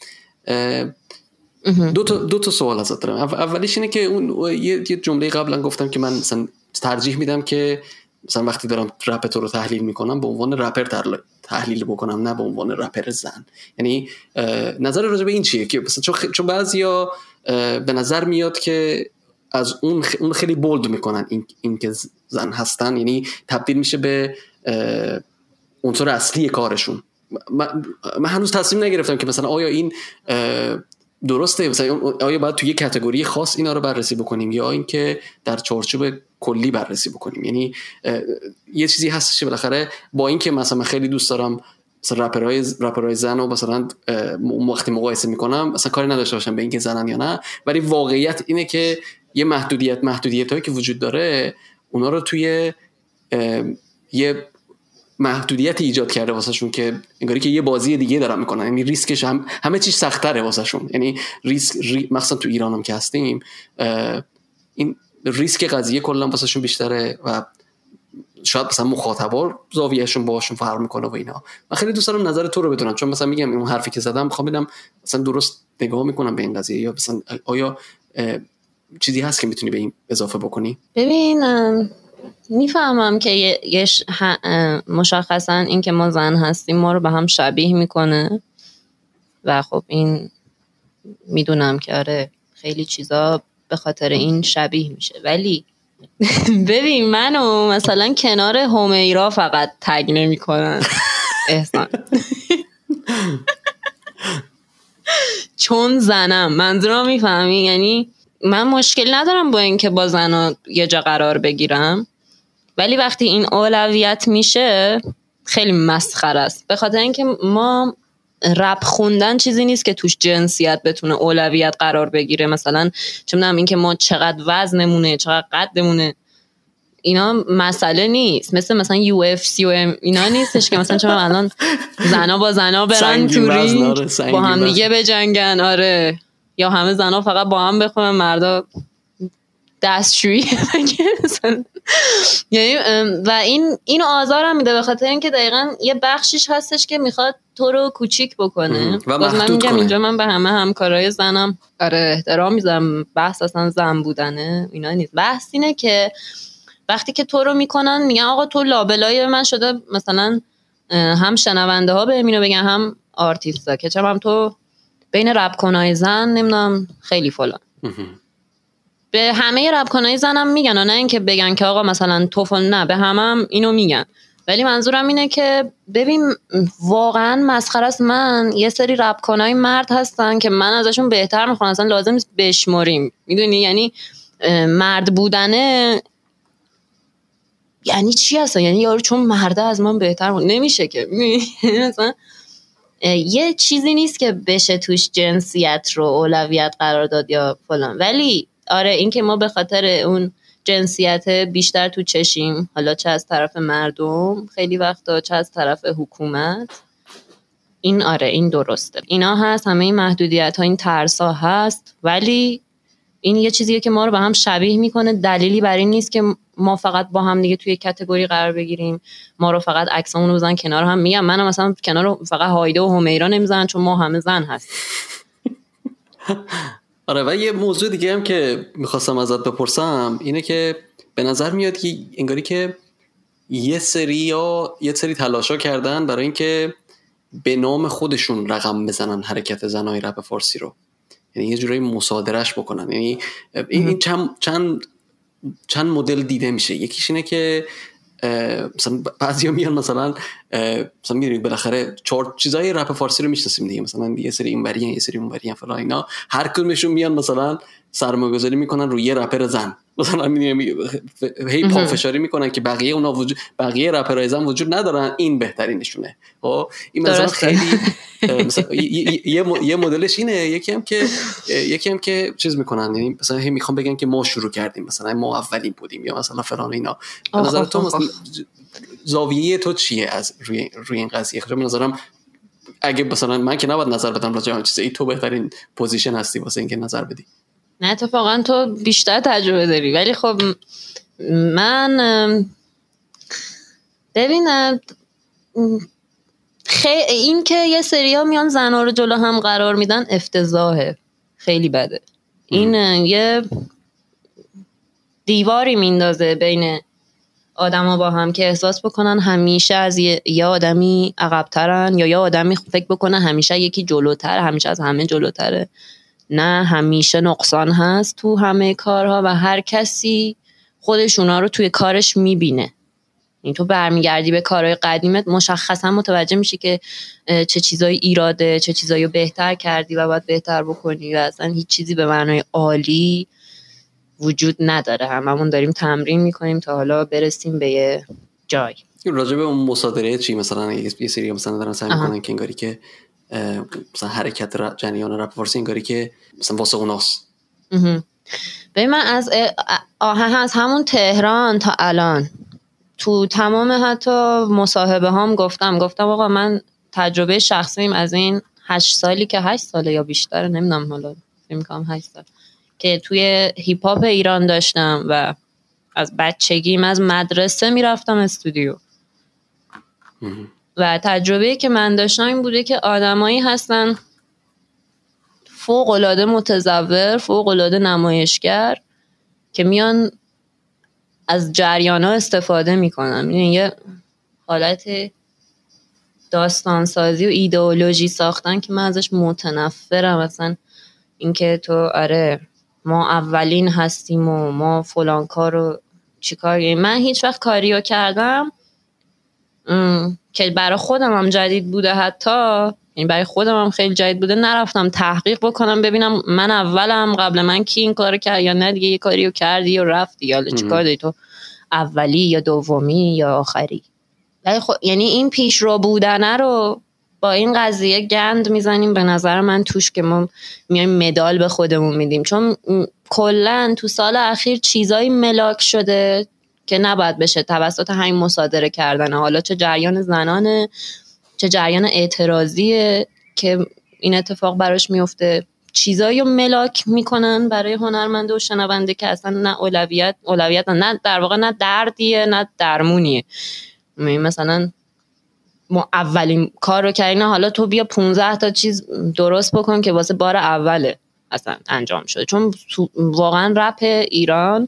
دو تا دو تا سوال ازت دارم. اولیش اینه که اون یه جمله قبلا گفتم که من مثلا ترجیح میدم که مثلا وقتی دارم رپ تو رو تحلیل میکنم به عنوان رپر تحلیل بکنم، نه به عنوان رپر زن. یعنی نظر راجع به این چیه که مثلا چون چون بعضیا به نظر میاد که از اون اون خیلی بولد میکنن این این که زن هستن، یعنی تبدیل میشه به عنصر اصلی کارشون. من, من هنوز تصمیم نگرفتم که مثلا آیا این درسته، مثلا آیا باید توی یک کاتگوری خاص اینا رو بررسی بکنیم یا اینکه در چارچوب کلی بررسی بکنیم. یعنی یه چیزی هستش که بالاخره با اینکه مثلا من خیلی دوست دارم مثلا رپرهای رپرهای زن رو مثلا وقتی مقایسه میکنم مثلا کاری نداشته باشم به اینکه زنن یا نه، ولی واقعیت اینه که یه محدودیت محدودیتایی که وجود داره اونا رو توی یه محدودیت ایجاد کرده واسهشون که انگاری که یه بازی دیگه دارن میکنن. یعنی ریسکش هم همه چیز سخت‌تره واسهشون. یعنی ریسک ری... مثلا تو ایران هم که هستیم این ریسک قضیه کلا واسهشون بیشتره و شاید مثلا مخاطبا زاویه‌شون باهاشون فرق میکنه و اینا. من خیلی دوست دارم نظر تو رو بدونم، چون مثلا میگم اون حرفی که زدم میخوام ببینم مثلا درست نگاه میکنم به این قضیه یا مثلا آیا چیزی هست که میتونی به این اضافه بکنی؟ ببینم میفهمم که یه مشخصا این که ما زن هستیم ما رو به هم شبیه میکنه و خب این میدونم که آره خیلی چیزا به خاطر این شبیه میشه، ولی ببین منو مثلا کنار همیرا فقط تگ نمیکنن احسان چون زنم. منظورم میفهمی؟ یعنی من مشکل ندارم با این که با زنا یه جا قرار بگیرم، ولی وقتی این اولویت میشه خیلی مسخره است، به خاطر اینکه ما رپ خوندن چیزی نیست که توش جنسیت بتونه اولویت قرار بگیره. مثلا چه میدونم این که ما چقدر وزنمونه چقدر قدمونه اینا مسئله نیست، مثل مثلا یو اف سی و اینا نیستش که مثلا چرا الان زنا با زنا برن تو رینگ با هم دیگه بجنگن، آره، یا همه زنا فقط با هم بخونن مردا دستشویی مثلا. یعنی و این اینو آزارم میده به خاطر اینکه دقیقاً یه بخشیش هستش که میخواد تو رو کوچیک بکنه و محدود من میگم کنه. اینجا من به همه همکارای زنم آره احترام میذارم، بحث اصلا زن بودنه اینا نیست، بحث اینه که وقتی که تو رو میکنن میگن آقا تو لابلای من شده، مثلا هم شنونده ها به اینو بگن هم آرتیستا که چرا هم تو بین رپ کنای زن نمیدونم خیلی فلان به همه رپ کنای زنم میگن، نه اینکه بگن که آقا مثلا تو فلان، نه به همه هم اینو میگن. ولی منظورم اینه که ببین واقعا مسخره است، من یه سری رپ کنای مرد هستن که من ازشون بهتر میخوام، اصلا لازم نیست بشمریم، میدونی؟ یعنی مرد بودنه یعنی چی هست؟ یعنی یارو چون مرده از من بهتر بود نمیشه که مثلا یه چیزی نیست که بشه توش جنسیت رو اولویت قرار داد یا فلان. ولی آره این که ما به خاطر اون جنسیت بیشتر تو چشیم، حالا چه از طرف مردم خیلی وقتا چه از طرف حکومت، این آره این درسته، اینا هست، همه این محدودیت ها این ترس ها هست، ولی این یه چیزیه که ما رو به هم شبیه میکنه. دلیلی بر این نیست که ما فقط با هم دیگه توی کاتگوری قرار بگیریم، ما رو فقط عکسامون رو بزنن کنار هم. میگم منم مثلا کنار فقط هایده و همیرا نمیزنن چون ما همه زن هستیم. آره و یه موضوع دیگه هم که میخواستم ازت بپرسم اینه که به نظر میاد که انگاری که یه سری یا یه سری تلاشا کردن برای اینکه به نام خودشون رقم بزنن حرکت زنای رپ فارسی رو، یعنی یه جورایی مصادرهش بکنن. یعنی این چند چند چند مدل دیده میشه. یکیش اینه که مثلا بعضیا میان مثلا مثلا میدونید بالاخره چهار چیزای رپ فارسی رو میشناسیم دیگه، مثلا یه سری اینوریان یه سری اونوریان فلان اینا، هر کدومشون میان مثلا سرمایه‌گذاری میکنن روی یه رپر زن، مثلا هی پافشاری میکنن که بقیه اونا وجود بقیه رپرای زن وجود ندارن، این بهترینشونه. خب این مثلا خیلی مثلا یه یه مدلش اینه. یکی هم که یکی هم که چیز میکنن، یعنی مثلا هی میخوام بگن که ما شروع کردیم، مثلا ما اولین بودیم یا مثلا فلان اینا. به نظر تو مثلا زاویه تو چیه از روی روی این قضیه؟ خب به نظرم اگه مثلا من که نباید نظر بدم راجع به این چیزا، تو بهترین پوزیشن هستی واسه اینکه نظر بدی. نه اتفاقا تو بیشتر تجربه داری، ولی خب من ببین خیلی این که یه سریا میان زنها رو جلو هم قرار میدن افتضاحه، خیلی بده. این یه دیواری میندازه بین آدما با هم که احساس بکنن همیشه از یه, یه آدمی عقب‌ترن، یا یه آدمی فکر بکنه همیشه یکی جلوتر، همیشه از همه جلوتره. نه، همیشه نقصان هست تو همه کارها و هر کسی خودش اونا رو توی کارش میبینه. این تو برمیگردی به کارهای قدیمت مشخصا متوجه میشی که چه چیزایی ایراده، چه چیزایی رو بهتر کردی و باید بهتر بکنی و اصلا هیچ چیزی به معنای عالی وجود نداره. هممون داریم تمرین میکنیم تا حالا برسیم به یه جای. راجع به اون مصادره چی مثلا یه سری مثلا دارن سعی میکنن که انگاری که مثلا حرکت جریان رپ فارسی انگاری که مثلا واسه اوناست. ببین من از آهن از همون تهران تا الان تو تمام حتی مصاحبه هام گفتم گفتم آقا من تجربه شخصیم از این هشت سالی که هشت ساله یا بیشتره نمیدونم، حالا فکر می‌کنم هشت سال که توی هیپ هاپ ایران داشتم و از بچگیم از مدرسه میرفتم استودیو و تجربه‌ای که من داشتم این بوده که آدمایی هستن فوق‌العاده متزور، فوق‌العاده نمایشگر که میان از جریانا استفاده میکنن. یعنی یه حالت داستانسازی و ایدئولوژی ساختن که من ازش متنفرم. مثلا اینکه تو آره ما اولین هستیم و ما فلان کارو چیکار کنیم. من هیچ وقت کاریو کردم که برای خودم هم جدید بوده، حتی یعنی برای خودم هم خیلی جدید بوده، نرفتم تحقیق بکنم ببینم من اولم قبل من کی این کارو کرد یا نه دیگه یه کاریو کردی یا رفتی یا چیکار داری تو، اولی یا دومی یا آخری. ولی خب یعنی این پیشرو بودنه رو با این قضیه گند میزنیم به نظر من توش که ما میایم مدال به خودمون میدیم، چون کلا تو سال اخیر چیزایی ملاک شده که نباید بشه توسط همین مصادره کردن. حالا چه جریان زنانه چه جریان اعتراضیه که این اتفاق براش میفته، چیزایی رو ملاک میکنن برای هنرمنده و شنونده که اصلا نه اولویت اولویت نه در واقع نه دردیه نه درمونیه. مثلا ما اولین کار رو کردیم، حالا تو بیا پونزده تا چیز درست بکن که واسه بار اوله اصلا انجام شده. چون واقعا رپ ایران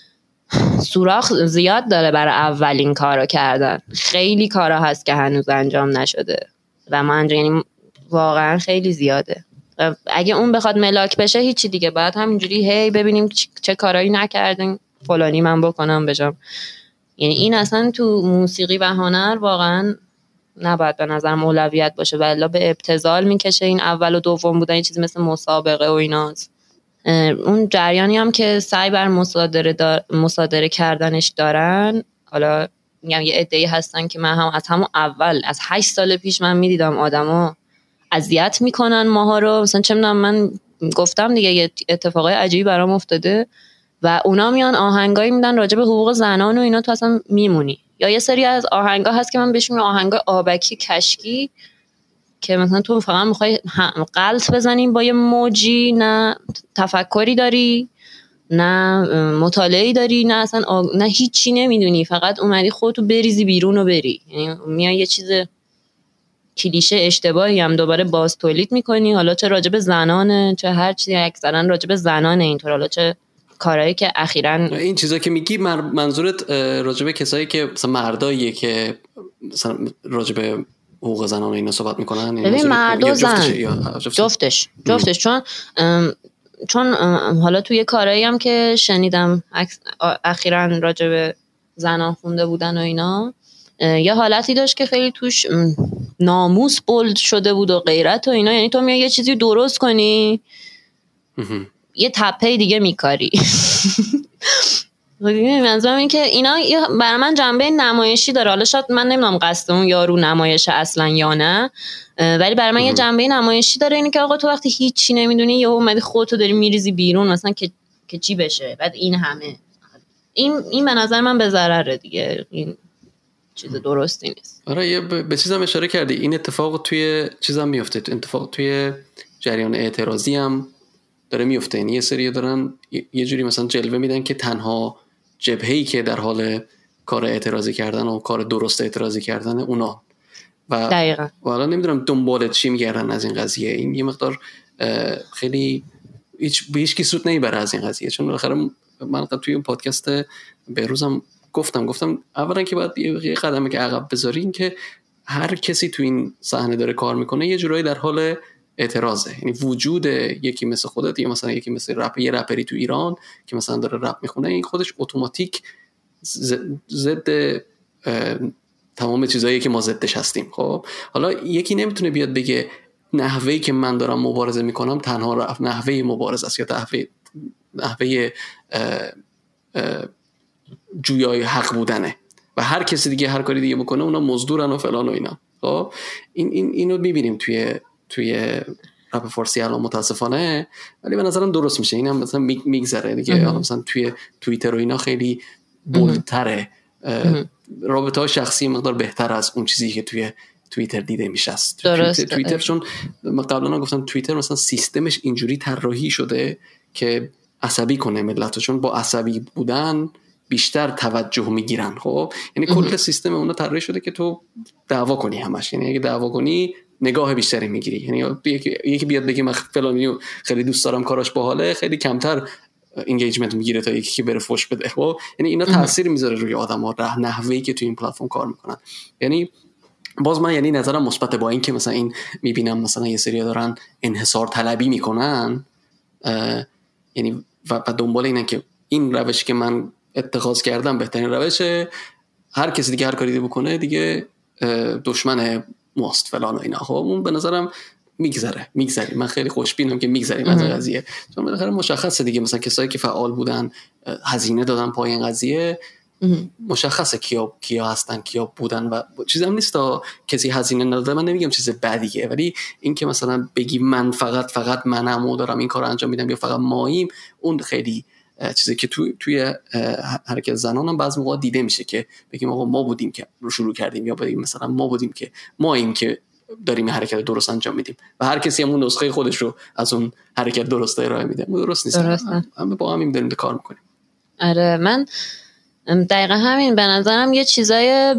سوراخ زیاد داره برای اولین کار رو کردن، خیلی کارا هست که هنوز انجام نشده و من یعنی واقعا خیلی زیاده. اگه اون بخواد ملاک بشه هیچی دیگه، بعد همینجوری هی ببینیم چه کارایی نکردن فلانی من بکنم بجام. یعنی این اصلا تو موسیقی و هنر واقعا نباید به نظرم اولویت باشه، ولی به ابتذال میکشه این اول و دوم بودن، این چیزی مثل مسابقه و ایناست. اون جریانی هم که سعی بر مصادره دار... مصادره کردنش دارن، حالا میگم یه عده‌ای هستن که من هم از همون اول از هشت سال پیش من میدیدم آدما اذیت میکنن ماها رو، مثلا چه میدونم من گفتم دیگه یه اتفاقای عجیبی برام افتاده و اونا میان آهنگایی میدن راجع به حقوق زنان و اینا، تو اصلا میمونی. یا یه سری از آهنگا هست که من بهش میگم آهنگای آبکی کشکی که مثلا تو فقط میخوای غلط بزنیم با یه موجی، نه تفکری داری نه مطالعه‌ای داری نه اصلا آ... نه هیچی نمیدونی، فقط اومدی خودتو بریزی بیرون و بری. یعنی میای یه چیز کلیشه اشتباهی هم دوباره باز تولید میکنی، حالا چه راجب زنانه چه هر چیزی، اکثرا راجب زنانه اینطور، حالا چه کارهایی که اخیراً این چیزا که میگی منظورت راجب کسایی که مثلا مرداییه که مثلا راجب حقوق زنان اینا صحبت میکنن؟ ببین مرد و زن جفتش جفتش چون چون حالا توی کارهایی هم که شنیدم اخیراً راجب زنان خونده بودن و اینا، یه حالتی داشت که خیلی توش ناموس بولد شده بود و غیرت و اینا. یعنی تو میای یه چیزی درست کنی یه تپه دیگه میکاری. منظورم این که اینا برای من جنبه نمایشی داره. حالا شاید من نمیدونم قصد اون یارو نمایش اصلا یا نه، ولی برای من یه جنبه نمایشی داره، اینه که آقا تو وقتی هیچی نمیدونی یا اومدی خودتو داری میریزی بیرون مثلا که که چی بشه، بعد این همه این این به نظر من به ضرره دیگه، این چیز درستی نیست. آره یه به چیزام اشاره کردی، این اتفاق توی چیزام میفته، اتفاق توی جریان اعتراضی هم داره میفته. یعنی یه سری دارن یه جوری مثلا جلوه میدن که تنها جبهه‌ای که در حال کار اعتراضی کردن و کار درست اعتراضی کردن اونا و دقیقاً و الان نمیدونم دنبال چی میگردن از این قضیه. این یه مقدار خیلی هیچ به هیچ کی سود نمیبره از این قضیه، چون بالاخره من توی اون پادکست بهروزم گفتم گفتم اولا که باید یه قدمی که عقب بذاری، این که هر کسی تو این صحنه داره کار میکنه یه جورایی در حال اعتراضه. یعنی وجود یکی مثل خودت یا مثلا یکی مثل رپ یه رپری تو ایران که مثلا داره رپ میخونه، این خودش اتوماتیک ضد تمام چیزایی که ما ضدش هستیم. خب حالا یکی نمیتونه بیاد بگه نحوهی که من دارم مبارزه میکنم تنها نحوه مبارزه است یا نحوه نحوه جویای حق بودنه و هر کسی دیگه هر کاری دیگه بکنه اونا مزدورن و فلان و اینا. خب این این اینو میبینیم توی توی رپ فارسی الان متاسفانه، ولی به نظرم درست میشه. اینم مثلا میگذره دیگه، مثلا توی توییتر و اینا خیلی بولتره، رابطه های شخصی مقدار بهتر از اون چیزی که توی توییتر دیده میشه است. توییتر, توییتر چون من قبلا گفتم توییتر مثلا سیستمش اینجوری طراحی شده که عصبی کنه ملت، چون با عصبی بودن بیشتر توجه میگیرن. خب یعنی کل سیستم اونها طراحی شده که تو دعوا کنی همش، یعنی اگه دعوا کنی نگاه بیشتری میگیری. یعنی یکی یکی بیاد بگه من فلانیو خیلی دوست دارم کاراش باحاله، خیلی کمتر اینگیجمنت میگیره تا یکی که بره فوش بده. خب یعنی اینا تاثیر میذاره روی آدما، نحوهی که تو این پلتفرم کار میکنن. یعنی باز من یعنی نظرم مثبت با این که مثلا این میبینم مثلا یه سری دارن انحصار طلبی میکنن، یعنی و دنبال اینن که این روشی که من اتخاذ کردم بهترین روشه، هر کسی دیگه هر کاری دیگه بکنه دیگه دشمن ماست فلان و اینا. خب اون به نظرم میگذره میگذری من خیلی خوشبینم که میگذریم از قضیه، چون بالاخره مشخصه دیگه مثلا کسایی که فعال بودن هزینه دادن پای این قضیه، مشخصه کیا کیا هستن کیا بودن و چیزام نیست تا کسی هزینه نداده. من نمیگم چیز بدیه، ولی این که مثلا بگی من فقط فقط منم و دارم این کارو انجام میدم یا فقط ماییم، اون خیلی چیزی که توی توی حرکت زنان هم بعضی موقع دیده میشه که بگیم آقا ما بودیم که رو شروع کردیم، یا بگیم مثلا ما بودیم که ماییم که داریم حرکت درست انجام میدیم و هر کسی همون نسخه خودش رو از اون حرکت درست ارائه میده. درست نیست، همه با همین داریم کار میکنیم. آره من دقیقا همین به نظرم یه چیزای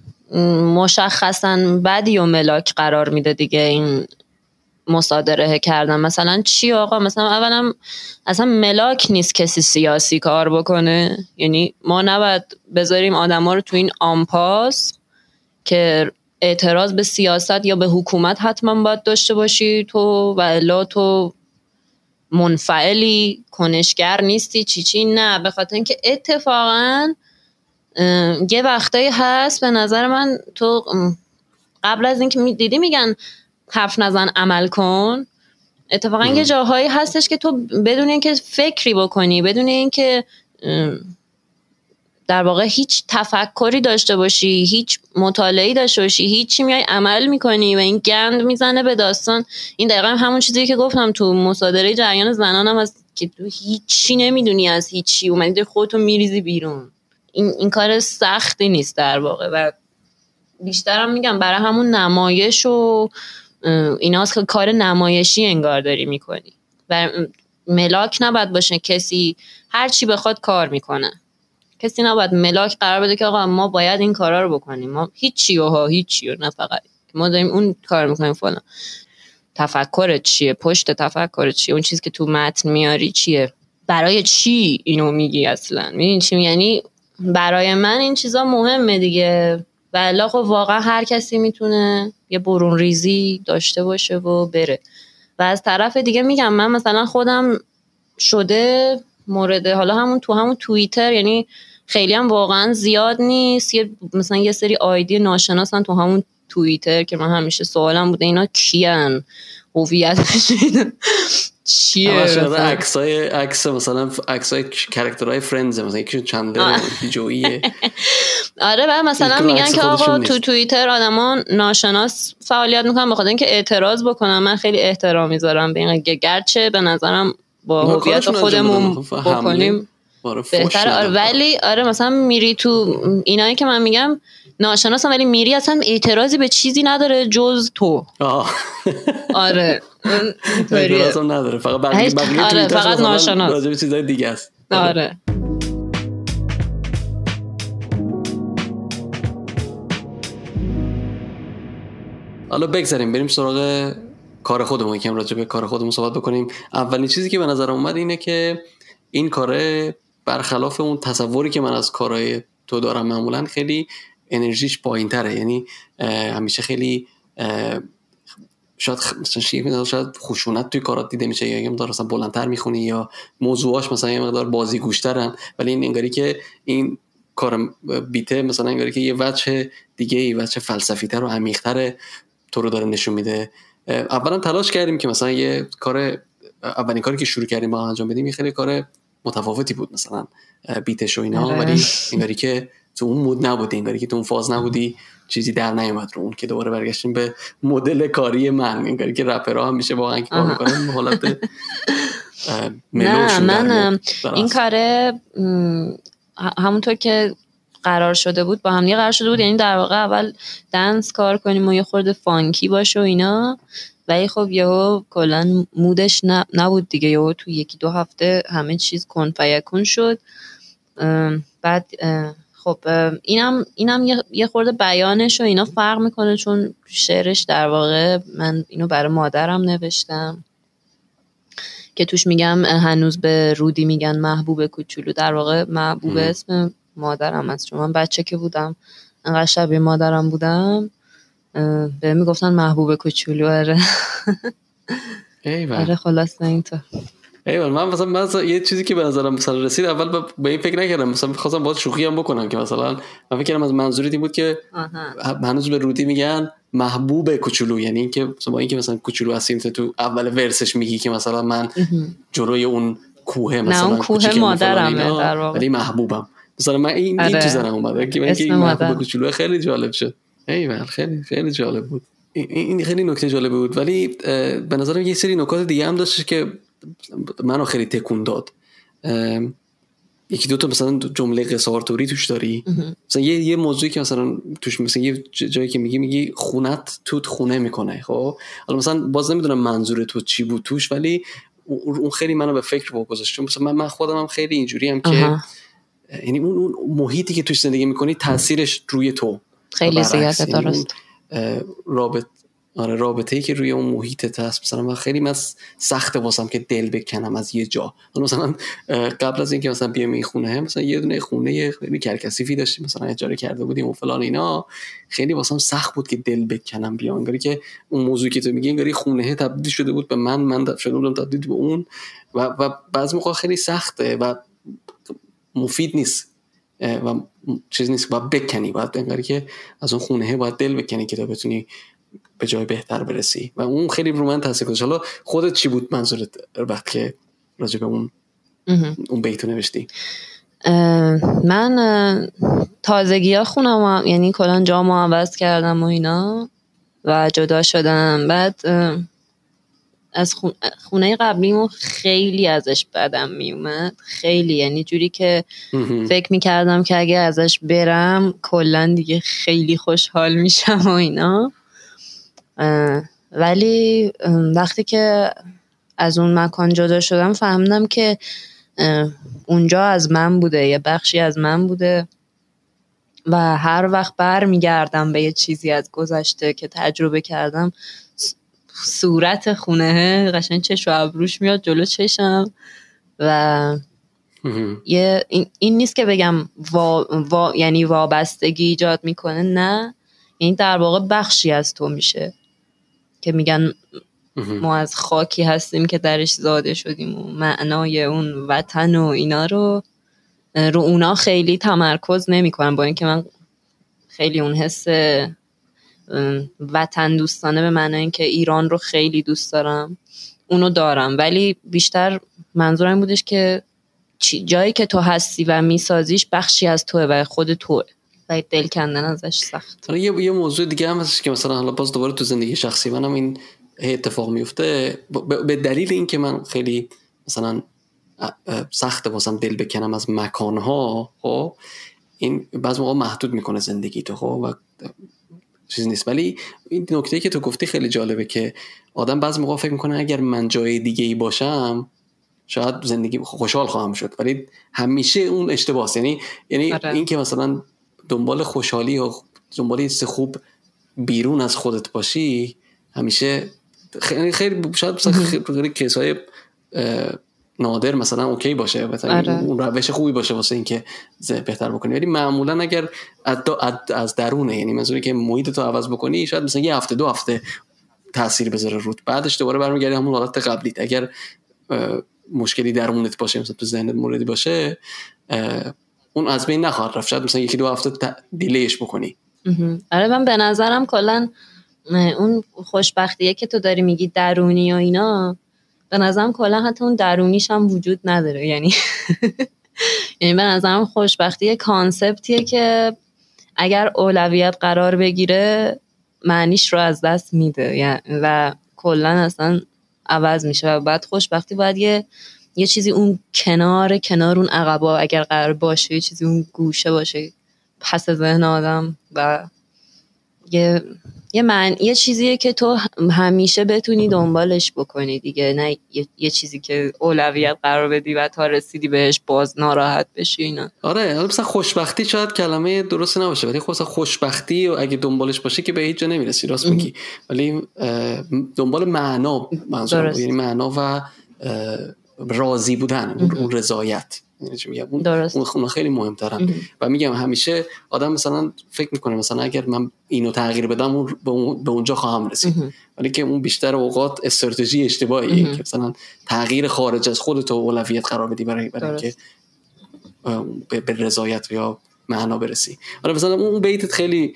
مشخصا بدی و ملاک قرار میده دیگه این مصادره کردن. مثلا چی آقا؟ مثلا اولا اصلا ملاک نیست کسی سیاسی کار بکنه، یعنی ما نباید بذاریم آدما رو تو این آمپاس که اعتراض به سیاست یا به حکومت حتما باید داشته باشی تو و الا تو منفعلی کنشگر نیستی چی چی. نه، به خاطر اینکه اتفاقا یه وقتایی هست به نظر من تو قبل از اینکه می دیدی میگن حرف نزن عمل کن، اتفاقا یه جاهایی هستش که تو بدون اینکه فکری بکنی، بدون اینکه در واقع هیچ تفکری داشته باشی، هیچ مطالعه‌ای داشته باشی، هیچی میای عمل میکنی و این گند میزنه به داستان. این دقیقا همون چیزی که گفتم تو مصادره جریان زنانم هست که تو هیچی نمیدونی از هیچی، اومدی خودتو میریزی بیرون. این این کار سختی نیست در واقع و بیشترم میگم برای همون نمایش و ایناست که کار نمایشی انگار داری میکنی و ملاک نباید باشه کسی هر چی بخواد کار میکنه. کسی نباید ملاک قرار بده که آقا ما باید این کارا رو بکنیم، ما هیچی ها هیچی، نه فقط ما داریم اون کار میکنیم فلان. تفکرت چیه؟ پشت تفکرت چیه؟ اون چیزی که تو متن میاری چیه؟ برای چی اینو میگی اصلا؟ میدونی چی؟ یعنی برای من این چیزا مهمه دیگه. والا خب واقعا هر کسی میتونه یه برون ریزی داشته باشه و بره. و از طرف دیگه میگم من مثلا خودم شده مورد حالا همون تو همون توییتر، یعنی خیلی هم واقعا زیاد نیست، یه مثلا یه سری آیدی ناشناسن تو همون توییتر که من همیشه سوالم بوده اینا کیان، هویتش چیه؟ مثلا عکسای عکس مثلا عکسای کاراکترهای فرندز مثلا یکی چندلر جوییه. آره و مثلا میگن که آقا تو توییتر آدما ناشناس فعالیت میکنن بخاطر اینکه اعتراض بکنن. من خیلی احترام میذارم به این، گرچه به نظرم با هویت خودمون بکنیم بهتره. آره ولی آره مثلا میری تو اینایی که من میگم ناشناسم ولی میری اصلا اعتراضی به چیزی نداره جز تو. آه. آره اعتراضی نداره، فقط بقیه بقیه آره توییتاش فقط ناشناس راجع به چیزای دیگه است. آره حالا بگذاریم بریم سراغ کار خودمون، یکم راجع به کار خودمون صحبت بکنیم. اولین چیزی که به نظر اومد اینه که این کاره برخلاف اون تصوری که من از کارهای تو دارم معمولا خیلی انرژیش پایین تره، یعنی همیشه خیلی شاید مثلا شیء شاید خشونت توی کارات دیده میشه یا یه مقدار مثلا بلندتر میخونی یا موضوعاش مثلا یه مقدار بازی گوشترن، ولی این انگاری که این کار بیته مثلا انگاری که یه وجه دیگه ای وجه فلسفی تر و عمیق تر تو رو داره نشون میده. اولا تلاش کردیم که مثلا یه کار اولین کاری که شروع کردیم با انجام بدیم یه خیلی کار متفاوتی بود مثلا بیتش و اینا، ولی انگاری که تو اون مود نبودی، انگاری که تو اون فاز نبودی، چیزی در نیومد رو اون که دوباره برگشتیم به مدل کاری من، انگاری که رپرها هم میشه واقعا که کار میکنن حالت ملوشون. نه من این کاره همونطور که قرار شده بود با هم دیگه قرار شده بود، یعنی در واقع اول دنس کار کنیم و یه خورده فانکی باشه و اینا، ولی خب یهو کلا مودش نبود دیگه، یهو تو یکی دو هفته همه چیز کن فیکون شد. بعد خب اینم اینم یه خورده بیانش و اینا فرق میکنه، چون شعرش در واقع من اینو برای مادرم نوشتم که توش میگم هنوز به رودی میگن محبوب کوچولو، در واقع محبوب اسم مادرم است، چون من بچه که بودم انقدر شبیه مادرم بودم به میگفتن محبوب کوچولو. آره آره خلاص اینطور. ایوان من مثلا مثلا یه چیزی که به نظرم مثلا رسید اول به این فکر نکردم، مثلا می‌خواستم باهاش شوخی هم بکنم که مثلا من فکر کردم از منظوری این بود که هنوز به رودی میگن محبوب کوچولو، یعنی اینکه مثلا با اینکه مثلا کوچولو هستیم تو اول ورسش میگی که مثلا من جلوی اون کوه مثلا کوه مادرمه در واقع ولی محبوبم مثلا من این این تو ذهنم اومد که اینکه این محبوب کوچولو خیلی جالب شد. ایول خیلی خیلی جالب بود، این خیلی نکته جالب بود، ولی به نظرم یه سری نکات دیگه هم داشت که منو خیلی تکون داد. یکی دو تا مثلا جمله قصارتوری توش داری، مثلا یه یه موضوعی که مثلا توش مثلا یه جایی که میگی میگی خونت توت خونه میکنه. خب حالا مثلا باز نمیدونم منظور تو چی بود توش، ولی اون خیلی منو به فکر واگذاشت. مثلا من من خودم هم خیلی اینجوری هم که یعنی اون اون محیطی که توش زندگی میکنی تاثیرش روی تو خیلی زیاده. درست رابط آره رابطه‌ای که روی اون محیط هست. مثلا من خیلی من سخته واسم که دل بکنم از یه جا. مثلا قبل از اینکه مثلا بیام این خونه مثلا یه دونه خونه خیلی کرکسیفی داشتیم مثلا اجاره کرده بودیم و فلان اینا، خیلی واسم سخت بود که دل بکنم بیام، انگاری که اون موضوعی که تو میگی انگاری خونه تبدیل شده بود به من، من شده بودم تبدیل به اون و و بعضی موقع خیلی سخته و مفید نیست و چیز نیست باید بکنی، باید انگاری که از اون خونه باید دل بکنی که تا بتونی به جای بهتر برسی و اون خیلی رو من تاثیر گذاشت. حالا خودت چی بود منظورت وقتی که راجع به اون اون بیتو نوشتی؟ من تازگی ها خونم، یعنی کلان جامو عوض کردم و اینا و جدا شدم. بعد از خونه قبلیمو خیلی ازش بدم میومد، خیلی، یعنی جوری که فکر میکردم که اگه ازش برم کلان دیگه خیلی خوشحال میشم و اینا. ولی وقتی که از اون مکان جدا شدم فهمیدم که اونجا از من بوده، یه بخشی از من بوده و هر وقت بر میگردم به یه چیزی از گذشته که تجربه کردم صورت خونه قشنگ چشم و ابروش میاد جلو چشم و یه این, این نیست که بگم وا, وا یعنی وابستگی ایجاد میکنه، نه، یعنی در واقع بخشی از تو میشه که میگن ما از خاکی هستیم که درش زاده شدیم و معنای اون وطن و اینا رو رو اونا خیلی تمرکز نمی کنم، با اینکه من خیلی اون حس وطن دوستانه به معنی اینکه ایران رو خیلی دوست دارم، اونو دارم، ولی بیشتر منظورم بودش که جایی که تو هستی و میسازیش بخشی از توه و خود توه و دل کندن ازش سخت. یه یه موضوع دیگه هم هستش که مثلا حالا باز دوباره تو زندگی شخصی منم این اتفاق میفته به دلیل اینکه من خیلی مثلا سخته واسم دل بکنم از مکانها، خب این بعضی موقع محدود میکنه زندگی تو، خب و چیز نیست. ولی این نکته که تو گفتی خیلی جالبه که آدم بعضی موقع فکر میکنه اگر من جای دیگه ای باشم شاید زندگی خوشحال خواهم شد، ولی همیشه اون اشتباهه. یعنی یعنی آره. این که مثلا دنبال خوشحالی و دنبال چیز خوب بیرون از خودت باشی همیشه خیلی خیلی شاید مثلا خیلی کیسای نادر مثلا اوکی باشه، مثلا آره. اون روش خوبی باشه واسه اینکه بهتر بکنی، ولی معمولا اگر از درونه، یعنی منظوری که محیط تو عوض بکنی، شاید مثلا یه هفته دو هفته تاثیر بذاره رود، بعدش دوباره برمیگردی همون حالت قبلیت. اگر مشکلی درونت باشه، مثلا تو ذهنت موردی باشه، اون از بین نخواهد رفت، شاید مثلا یکی دو هفته دیلیش بکنی. آره من به نظرم کلا اون خوشبختیه که تو داری میگی درونی و اینا، به نظرم کلا حتی اون درونیش هم وجود نداره. یعنی یعنی به نظرم خوشبختی کانسپتیه که اگر اولویت قرار بگیره معنیش رو از دست میده، یعنی و کلا اصلا عوض میشه. و بعد خوشبختی باید یه یه چیزی اون کنار کنار اون عقبا اگر قرار باشه، یه چیزی اون گوشه باشه پس ذهن آدم، و یه یه من یه چیزیه که تو همیشه بتونی دنبالش بکنی دیگه، نه یه, یه چیزی که اولویت قرار بدی و تا رسیدی بهش باز ناراحت بشی اینا. آره حالا مثلا خوشبختی شاید کلمه درست نباشه، ولی خب خوشبختی و اگه دنبالش باشه که به هیچ جا نمیرسی، راست میگی، ولی دنبال معنا، منظورم یعنی معنا و راضی بودن، اون رضایت، یعنی چی میگم، اون اون خیلی مهم‌ترن. و میگم همیشه آدم مثلا فکر میکنه مثلا اگر من اینو تغییر بدم اون به اونجا خواهم رسید، ولی که اون بیشتر اوقات استراتژی اشتباهیه که مثلا تغییر خارج از خودت اولویت قرار بدی برای برای اینکه به رضایت یا معنا برسی. آره مثلا اون بیتت خیلی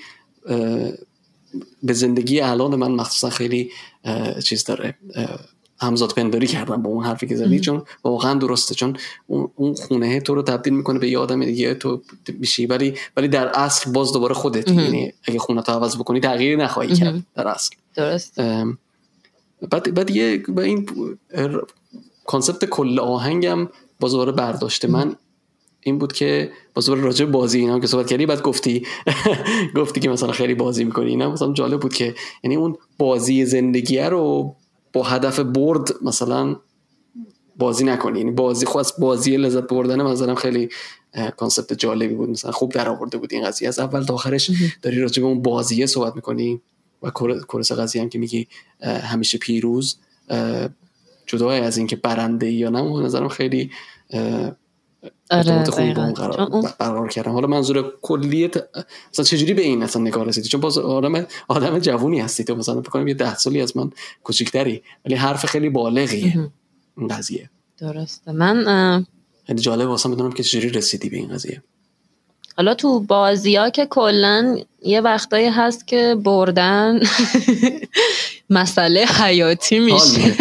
به زندگی الان من مخصوصا خیلی چیز داره، همزاد پنداری کردم با اون حرفی که زدی، چون واقعا درسته، چون اون خونه تو رو تبدیل میکنه به یه آدم دیگه تو میشی، ولی ولی در اصل باز دوباره خودت، یعنی اگه خونه تو عوض بکنی تغییری نخواهی کرد در اصل. درست. بعد بعد یه با این کانسپت کل آهنگم باز دوباره برداشته من این بود که باز دوباره راجع به بازی اینا که صحبت کردی، بعد گفتی گفتی که مثلا خیلی بازی میکنی اینا، مثلا جالب بود که یعنی اون بازی زندگی رو با هدف برد مثلا بازی نکنی، یعنی بازی خاص بازی لذت بردن مثلا خیلی کانسپت جالبی بود، مثلا خوب در آورده بود این قضیه، از اول تا آخرش داری راجع به اون بازیه صحبت میکنی و کورس قضیه هم که میگی همیشه پیروز، جدای از این که برنده یا نه، به نظرم خیلی ارتباط خوبی با اون قرار برقرار کردم. حالا منظور کلیت مثلا چجوری به این اصلا نگاه رسیدی؟ چون باز آدم آدم جوونی هستی تو، مثلا فکر کنم یه ده سالی از من کوچیک‌تری، ولی حرف خیلی بالغیه این قضیه. درسته. من خیلی جالب واسم بدونم که چجوری رسیدی به این قضیه. حالا تو بازی‌ها که کلاً یه وقتایی هست که بردن مسئله حیاتی میشه،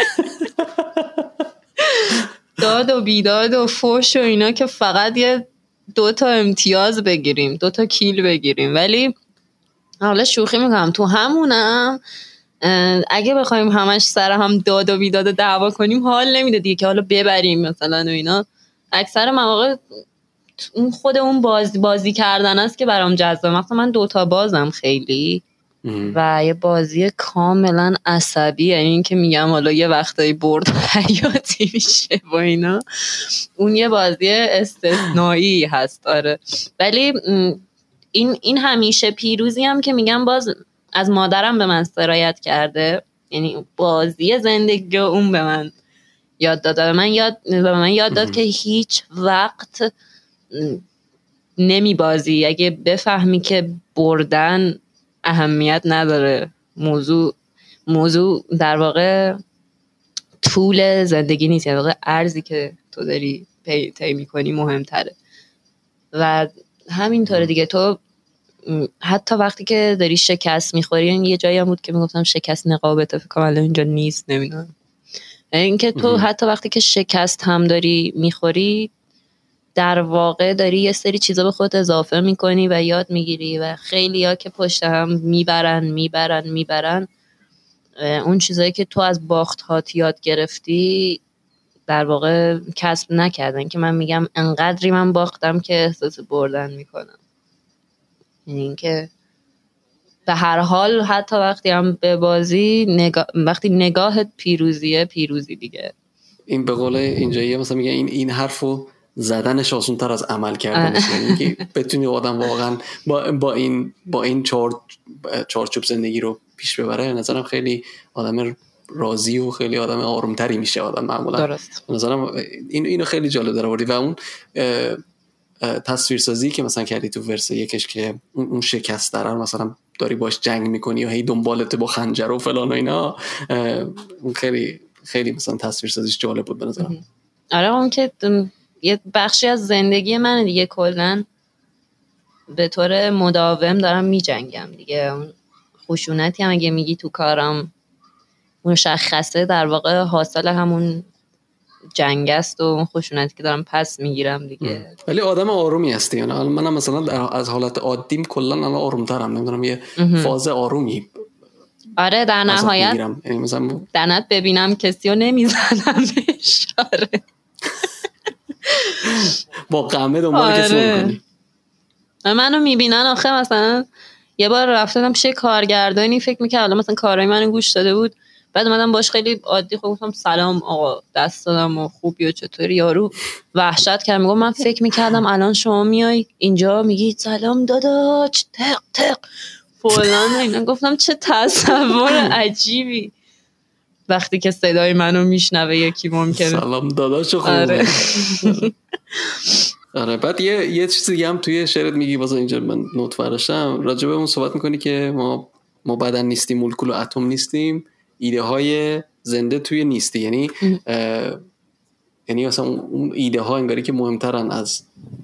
داد و بیداد و فوش و اینا که فقط یه دو تا امتیاز بگیریم، دو تا کیل بگیریم. ولی حالا شوخی میکنم، تو همونم اگه بخوایم همش سر هم داد و بیداد و دعوا کنیم حال نمیده دیگه که حالا ببریم مثلا و اینا. اکثر مواقع اون خود اون بازی بازی کردن است که برام جذابه. مثلا من دوتا بازم خیلی و یه بازی کاملا عصبی، یعنی این که میگم حالا یه وقتایی برد حیاتی میشه با اینا، اون یه بازی استثنایی هست. آره ولی این این همیشه پیروزی هم که میگم باز از مادرم به من سرایت کرده، یعنی بازی زندگی اون به من یاد داد، به من یاد به من یاد داد که هیچ وقت نمی بازی اگه بفهمی که بردن اهمیت نداره. موضوع موضوع در واقع طول زندگی نیست، در واقع ارزی که تو داری طی می‌کنی مهمتره. و همینطوره دیگه، تو حتی وقتی که داری شکست میخوری، یه جایی هم بود که میگفتم شکست نقابته، فکر کنم الان اینجا نیست، نمیدونم. اینکه تو حتی وقتی که شکست هم داری میخوری، در واقع داری یه سری چیزا به خودت اضافه میکنی و یاد میگیری و خیلی ها که پشت هم میبرن میبرن میبرن اون چیزایی که تو از باخت هات یاد گرفتی در واقع کسب نکردن، که من میگم انقدری من باختم که احساس بردن میکنم. یعنی اینکه به هر حال حتی وقتی هم به بازی نگاه... وقتی نگاهت پیروزیه، پیروزی دیگه. این به قول اینجاییه مثلا میگه این این حرفو زدنش آسان تر از عمل کردنش. یعنی که بتونی آدم واقعا با با این با این چهار چارچوب زندگی رو پیش ببره، نظرم خیلی آدم راضی و خیلی آدم آرومتری میشه آدم معمولا. درست. نظرم این اینو خیلی جالب در آوردی. و اون تصویرسازی که مثلا کردی تو ورس یکش که اون اون شکست درر مثلا داری باش جنگ میکنی و هی دنبالت با خنجر و فلان و اینا، اون خیلی خیلی مثلا تصویرسازیش جالب بود به نظرم. آره اون که یه بخشی از زندگی من دیگه، کلا به طور مداوم دارم میجنگم دیگه. اون خشونتی هم اگه میگی تو کارم مشخصه، در واقع حاصل همون جنگ است و اون خشونتی که دارم پس میگیرم دیگه. ولی آدم آرومی هستی. یعنی منم مثلا از حالت عادیم کلا الان آرومترم، نمیدونم یه فاز آرومی. آره در نهایت یعنی مثلا دنت ببینم کسی رو نمیزنم بهش. آره با قمه دنبال کسی نمی‌کنی. منو میبینن آخه مثلا یه بار رفتم پیش کارگردانی، فکر می‌کرد حالا مثلا کارهای منو گوش داده بود، بعد اومدم باش خیلی عادی خب گفتم سلام آقا دست دادم و خوبی و چطوری، یارو وحشت کرد، میگم من فکر می‌کردم الان شما میای اینجا میگی سلام داداش تق تق فلان اینا. گفتم چه تصور عجیبی وقتی که صدای منو میشنوه یکی ممکنه سلام داداش خوبه. آره. آره بعد یه یه چیز دیگه هم توی شعرت میگی، واسه اینجا من نوت فرستم، راجع به اون صحبت میکنی که ما ما بدن نیستیم، مولکول و اتم نیستیم، ایده های زنده توی نیستی. یعنی یعنی مثلا اون ایده ها انگاری که مهمترن از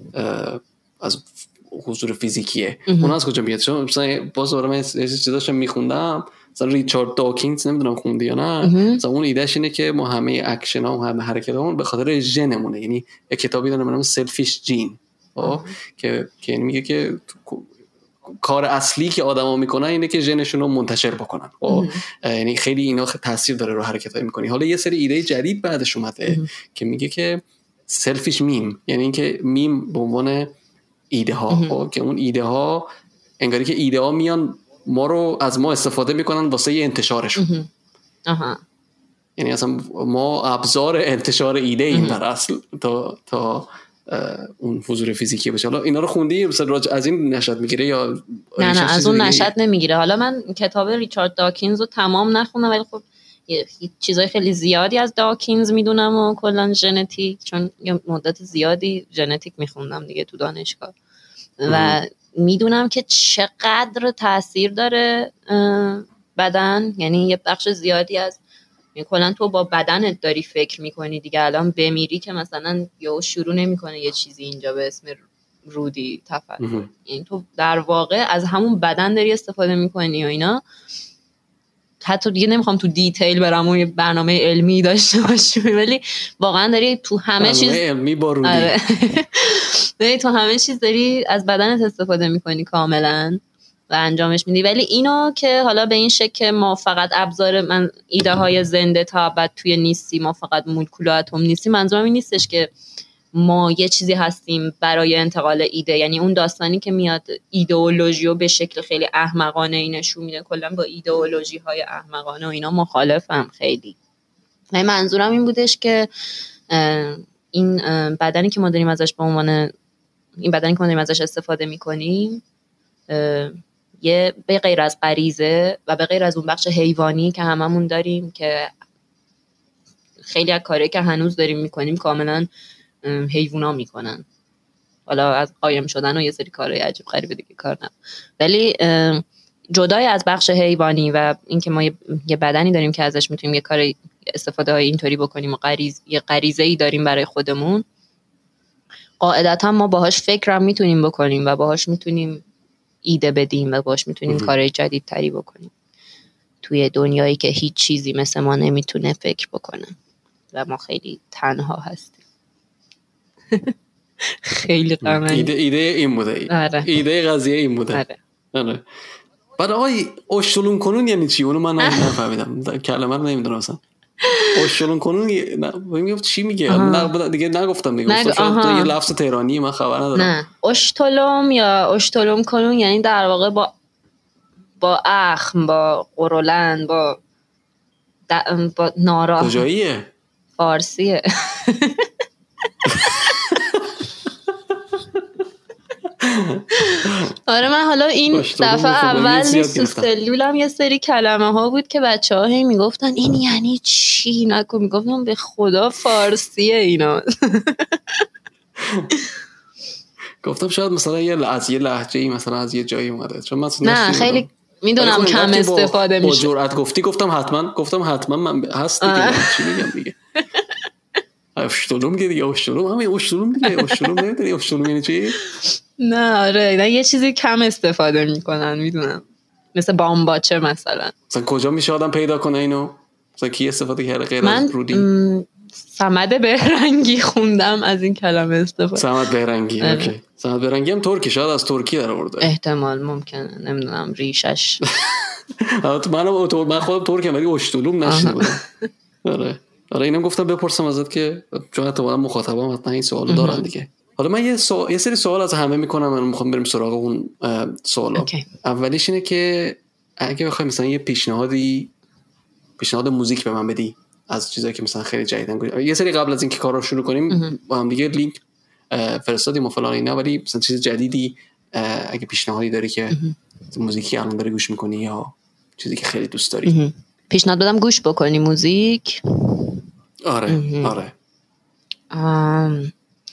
از حضور فیزیکیه. اون از کجا میاد؟ چون مثلا باز دوباره من یه چیزاشو میخوندم، مثلا ریچارد داکینز، نمیدونم خوندی یا نه، مثلا اون ایدهش اینه که ما همه اکشن ها و همه حرکتامون به خاطر ژنمونه. یعنی یک کتابی داره به نام سلفیش جین که که میگه که کار اصلی که آدما میکنن اینه که ژنشون رو منتشر بکنن. یعنی خیلی اینا تاثیر داره رو حرکتای میکنی. حالا یه سری ایده جدید بعدش اومده که میگه که سلفیش میم، یعنی اینکه میم به عنوان ایده ها که اون ایده ها انگاری که ایده ها میان ما رو از ما استفاده میکنن واسه انتشارشون. آها. یعنی اصلا ما ابزار انتشار ایده این در اصل تا تا اون حضور فیزیکی بشه. حالا اینا رو خوندی مثلا از این نشأت میگیره یا نه نه از اون نشأت نمیگیره؟ حالا من کتاب ریچارد داکینز رو تمام نخوندم ولی خب چیزای خیلی زیادی از داکینز میدونم و کلا ژنتیک، چون یه مدت زیادی ژنتیک میخوندم دیگه تو دانشگاه و میدونم که چقدر تأثیر داره بدن. یعنی یه بخش زیادی از کلا تو با بدنت داری فکر میکنی دیگه. الان بمیری که مثلا یا شروع نمیکنه یه چیزی اینجا به اسم رودی تفکر، یعنی تو در واقع از همون بدن داری استفاده میکنی و اینا. حتی دیگه نمیخوام تو دیتیل برم و یه برنامه علمی داشته باشیم، ولی واقعا داری تو همه چیز علمی با رودی آره. داری تو همه چیز داری از بدنت استفاده میکنی کاملا و انجامش میدی. ولی اینو که حالا به این شکل ما فقط ابزار من ایده های زنده تا بعد توی نیستی، ما فقط مولکول و اتم نیستی، منظورم این نیستش که ما یه چیزی هستیم برای انتقال ایده. یعنی اون داستانی که میاد ایدئولوژی رو به شکل خیلی احمقانه ای نشون میده، کلا با ایدئولوژی های احمقانه و اینا مخالفم خیلی. من منظورم این بودش که این بدنی که ما داریم ازش به عنوان این بدنی که ما داریم ازش استفاده میکنیم، یه به غیر از غریزه و به غیر از اون بخش حیوانی که هممون داریم که خیلی از کاری که هنوز داریم میکنیم کاملا حیوونا میکنن، حالا از قایم شدن و یه سری کارهای عجیب غریبه دیگه کار نه، ولی جدای از بخش حیوانی و اینکه ما یه بدنی داریم که ازش میتونیم یه کار استفاده های اینطوری بکنیم و غریز یه غریزه‌ای داریم برای خودمون، قاعدتا ما باهاش فکر هم میتونیم بکنیم و باهاش میتونیم ایده بدیم و باش میتونیم کارهای جدیدتری بکنیم توی دنیایی که هیچ چیزی مثل ما نمیتونه فکر بکنه و ما خیلی تنها هستیم. خیلی غمه. ایده ایده این بوده. آره. ایده قضیه این بوده. آره. آره. بعد آقای اشتلون کنون یعنی چی؟ اونو من نفهمیدم. کلمه رو نمیدونم اصلا. اشتلون کنون میگم چی میگه؟ نه دیگه نگفتم دیگه. گفتم شاید یه لفظ تهرانی من خبر ندارم. نه. اشتلم یا اشتلم کنون یعنی در واقع با با اخم، با قرولند، با با ناراحت. کجاییه؟ فارسیه. آره من حالا این دفعه اول نیست تو سلولم یه سری کلمه ها بود که بچه ها هی میگفتن این یعنی چی؟ نکن میگفتم به خدا فارسیه اینا. گفتم شاید مثلا یه از یه لهجه‌ای مثلا از یه جایی اومده، چون من نه خیلی میدونم کم استفاده میشه. با جرأت گفتی گفتم حتما گفتم حتما من هست دیگه. چی میگم دیگه؟ اشتلوم دیگه اشتلوم همین اشتلوم دیگه اشتلوم نمیدونی اشتلوم یعنی چی؟ نه آره نه یه چیزی کم استفاده میکنن میدونم، مثل بامباچه مثلا. مثلا کجا میشه آدم پیدا کنه اینو؟ مثلا کی استفاده کرده غیر از رودی؟ من صمد بهرنگی خوندم از این کلمه استفاده. صمد بهرنگی اوکی. صمد بهرنگی هم ترکی، شاید از ترکی در آورده. احتمال ممکنه، نمیدونم ریشش. البته منم من خودم ترکم ولی اشتلوم نشده بودم. آره آره اینم گفتم بپرسم ازت که چون احتمالاً مخاطبام حتما این سوالو دارن دیگه. حالا من یه سوال یه سری سوال از همه میکنم، من میخوام بریم سراغ اون سوالا. اولیش اینه که اگه بخوای مثلا یه پیشنهادی پیشنهاد موزیک به من بدی از چیزایی که مثلا خیلی جدیدن، یه سری قبل از اینکه کارا شروع کنیم با هم دیگه لینک فرستادیم و فلان اینا، ولی مثلا چیز جدیدی اگه پیشنهادی داری که موزیکی الان داری گوش میکنی یا چیزی که خیلی دوست داری پیشنهاد بدم گوش بکنی موزیک. آره آره آم.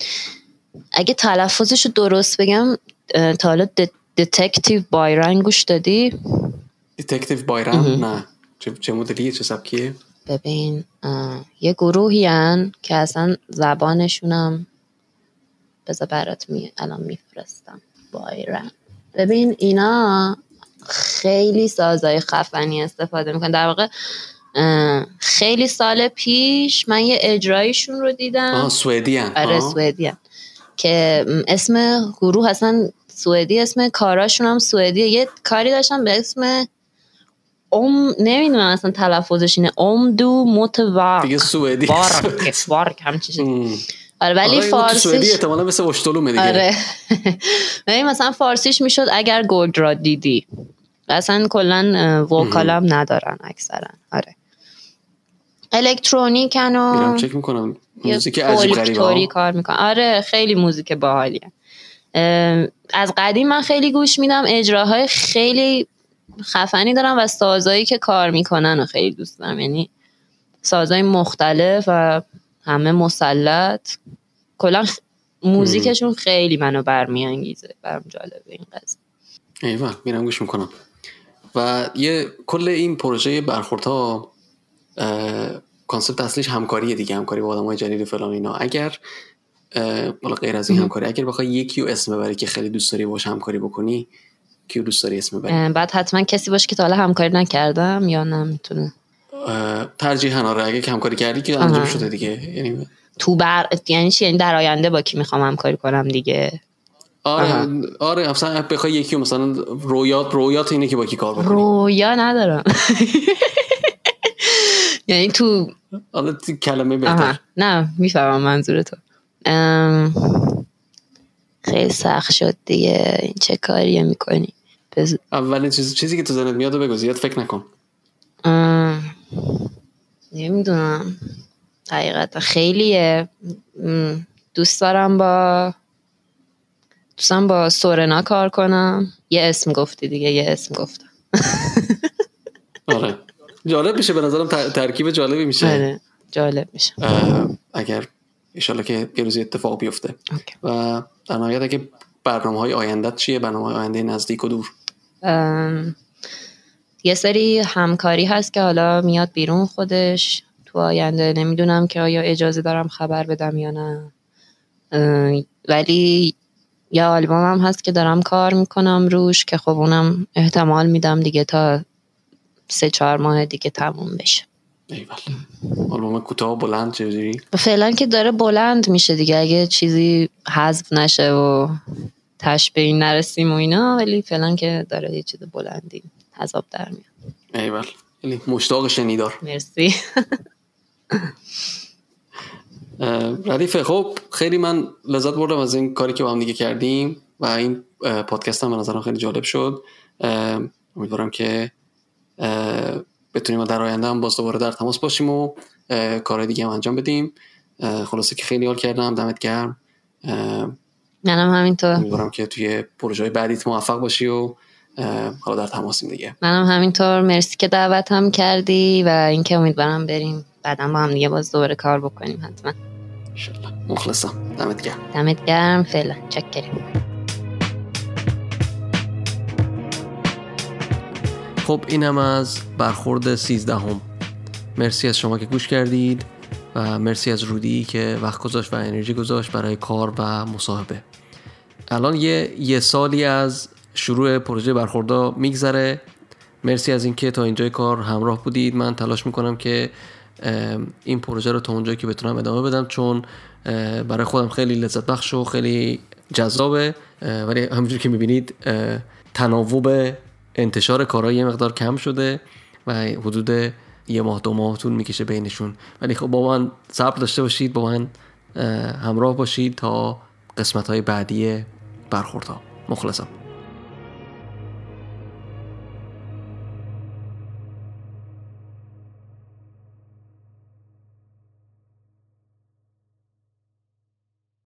اگه تلفظشو درست بگم تا حالا دتکتیو بایرن گوش دادی؟ دتکتیو بایرن نه چه چه مدلیه چه سبکیه؟ ببین یه گروهی هن که اصلا زبانشونم بذار برات می الان میفرستم. بایرن ببین اینا خیلی سازای خفنی استفاده میکنن. در واقع خیلی سال پیش من یه اجرایشون رو دیدم. آه سوئدی هن. آره سوئدی هن. که اسم گروه اصلا سوئدی، اسم کاراشون هم سوئدیه. یه کاری داشتم به اسم ام نمیدونم اصلا تلفظش اینه ام دو متوارک دیگه سوئدی وارک وارک هم چیزی. آره ولی فارسیش سوئدی احتمالاً مثل اشتلومه دیگه. آره ولی مثلا فارسیش میشد اگر گلد را دیدی. اصلا کلا وکالم ندارن اکثرا. آره الکترونیکن و میرم چک میکنم موزیک عجیب غریبه کار میکنن. آره خیلی موزیک باحالیه. از قدیم من خیلی گوش میدم، اجراهای خیلی خفنی دارم و سازایی که کار میکنن و خیلی دوست دارم، یعنی سازای مختلف و همه مسلط. کلا موزیکشون خیلی منو برمیانگیزه، برام جالبه این قضیه. ایوه میرم گوش میکنم. و یه کل این پروژه برخوردها کانسپت اصلیش همکاریه دیگه، همکاری با آدمای جدید و فلان اینا. اگر والا غیر از این همکاری اگر بخوای یکی رو اسم ببری که خیلی دوست داری باهاش همکاری بکنی، کیو دوست داری اسم ببری؟ بعد حتما کسی باشه که تا حالا همکاری نکردم یا نمیتونه. ترجیحاً آره اگه همکاری کردی که انجام شده دیگه. یعنی تو بر یعنی چی؟ یعنی در آینده با کی میخوام همکاری کنم دیگه. آره آها. آره مثلا بخوای یکی مثلا رویات رویات اینه که با کی کار بکنی؟ رویا ندارم. یعنی تو حالا کلمه بهتر. نه میفهمم منظور تو. ام... خیلی سخت شد دیگه. این چه کاریه میکنی؟ بز... اولین چیز چیزی که تو ذهنت میاد بگو، زیاد فکر نکن. ام... نمیدونم حقیقتا خیلیه. دوست دارم با دوستم با سورنا کار کنم. یه اسم گفتی دیگه، یه اسم گفتم. آره جالب میشه به نظرم، ترکیب جالبی میشه. آره جالب میشه اگر انشالله که یه روزی اتفاق بیفته. اوکی. و در نهایت اگه برنامه‌های آینده‌ت چیه؟ برنامه‌های آینده نزدیک و دور؟ یه سری همکاری هست که حالا میاد بیرون خودش تو آینده، نمیدونم که آیا اجازه دارم خبر بدم یا نه، ولی یا آلبومم هست که دارم کار میکنم روش که خب اونم احتمال میدم دیگه تا سه چهار ماه دیگه تموم بشه. ایول. آلبوم کوتاه بلند چجوری؟ فعلا که داره بلند میشه دیگه، اگه چیزی حذف نشه و تش به این نرسیم و اینا، ولی فعلا که داره یه چیز بلندی حذاب در میاد. ایول. یعنی مشتاق شنیدار. مرسی. ردیفه، خب خیلی من لذت بردم از این کاری که با هم دیگه کردیم و این پادکست هم به نظرم خیلی جالب شد. امیدوارم که بتونیم در آینده هم باز دوباره در تماس باشیم و کارهای دیگه هم انجام بدیم. خلاصه که خیلی حال کردم، دمت گرم. منم همینطور. امیدوارم که توی پروژه‌های بعدیت موفق باشی و حالا در تماسیم دیگه. منم همینطور، مرسی که دعوت هم کردی و اینکه امیدوارم بریم بعدا با هم دیگه باز دوباره کار بکنیم حتما. ان شاء الله. مخلصم. دمت گرم. دمت گرم. فعلا چکریم. خب اینم از برخورد سیزدهم. مرسی از شما که گوش کردید و مرسی از رودی که وقت گذاشت و انرژی گذاشت برای کار و مصاحبه. الان یه یه سالی از شروع پروژه برخوردها میگذره. مرسی از اینکه تا اینجای کار همراه بودید. من تلاش میکنم که این پروژه رو تا اونجایی که بتونم ادامه بدم، چون برای خودم خیلی لذت بخش و خیلی جذابه، ولی همونجوری که میبینید تناوب انتشار کارها یه مقدار کم شده و حدود یه ماه دو ماه طول میکشه بینشون. ولی خب با من صبر داشته باشید، با من همراه باشید تا قسمت‌های بعدی برخوردها. مخلصم.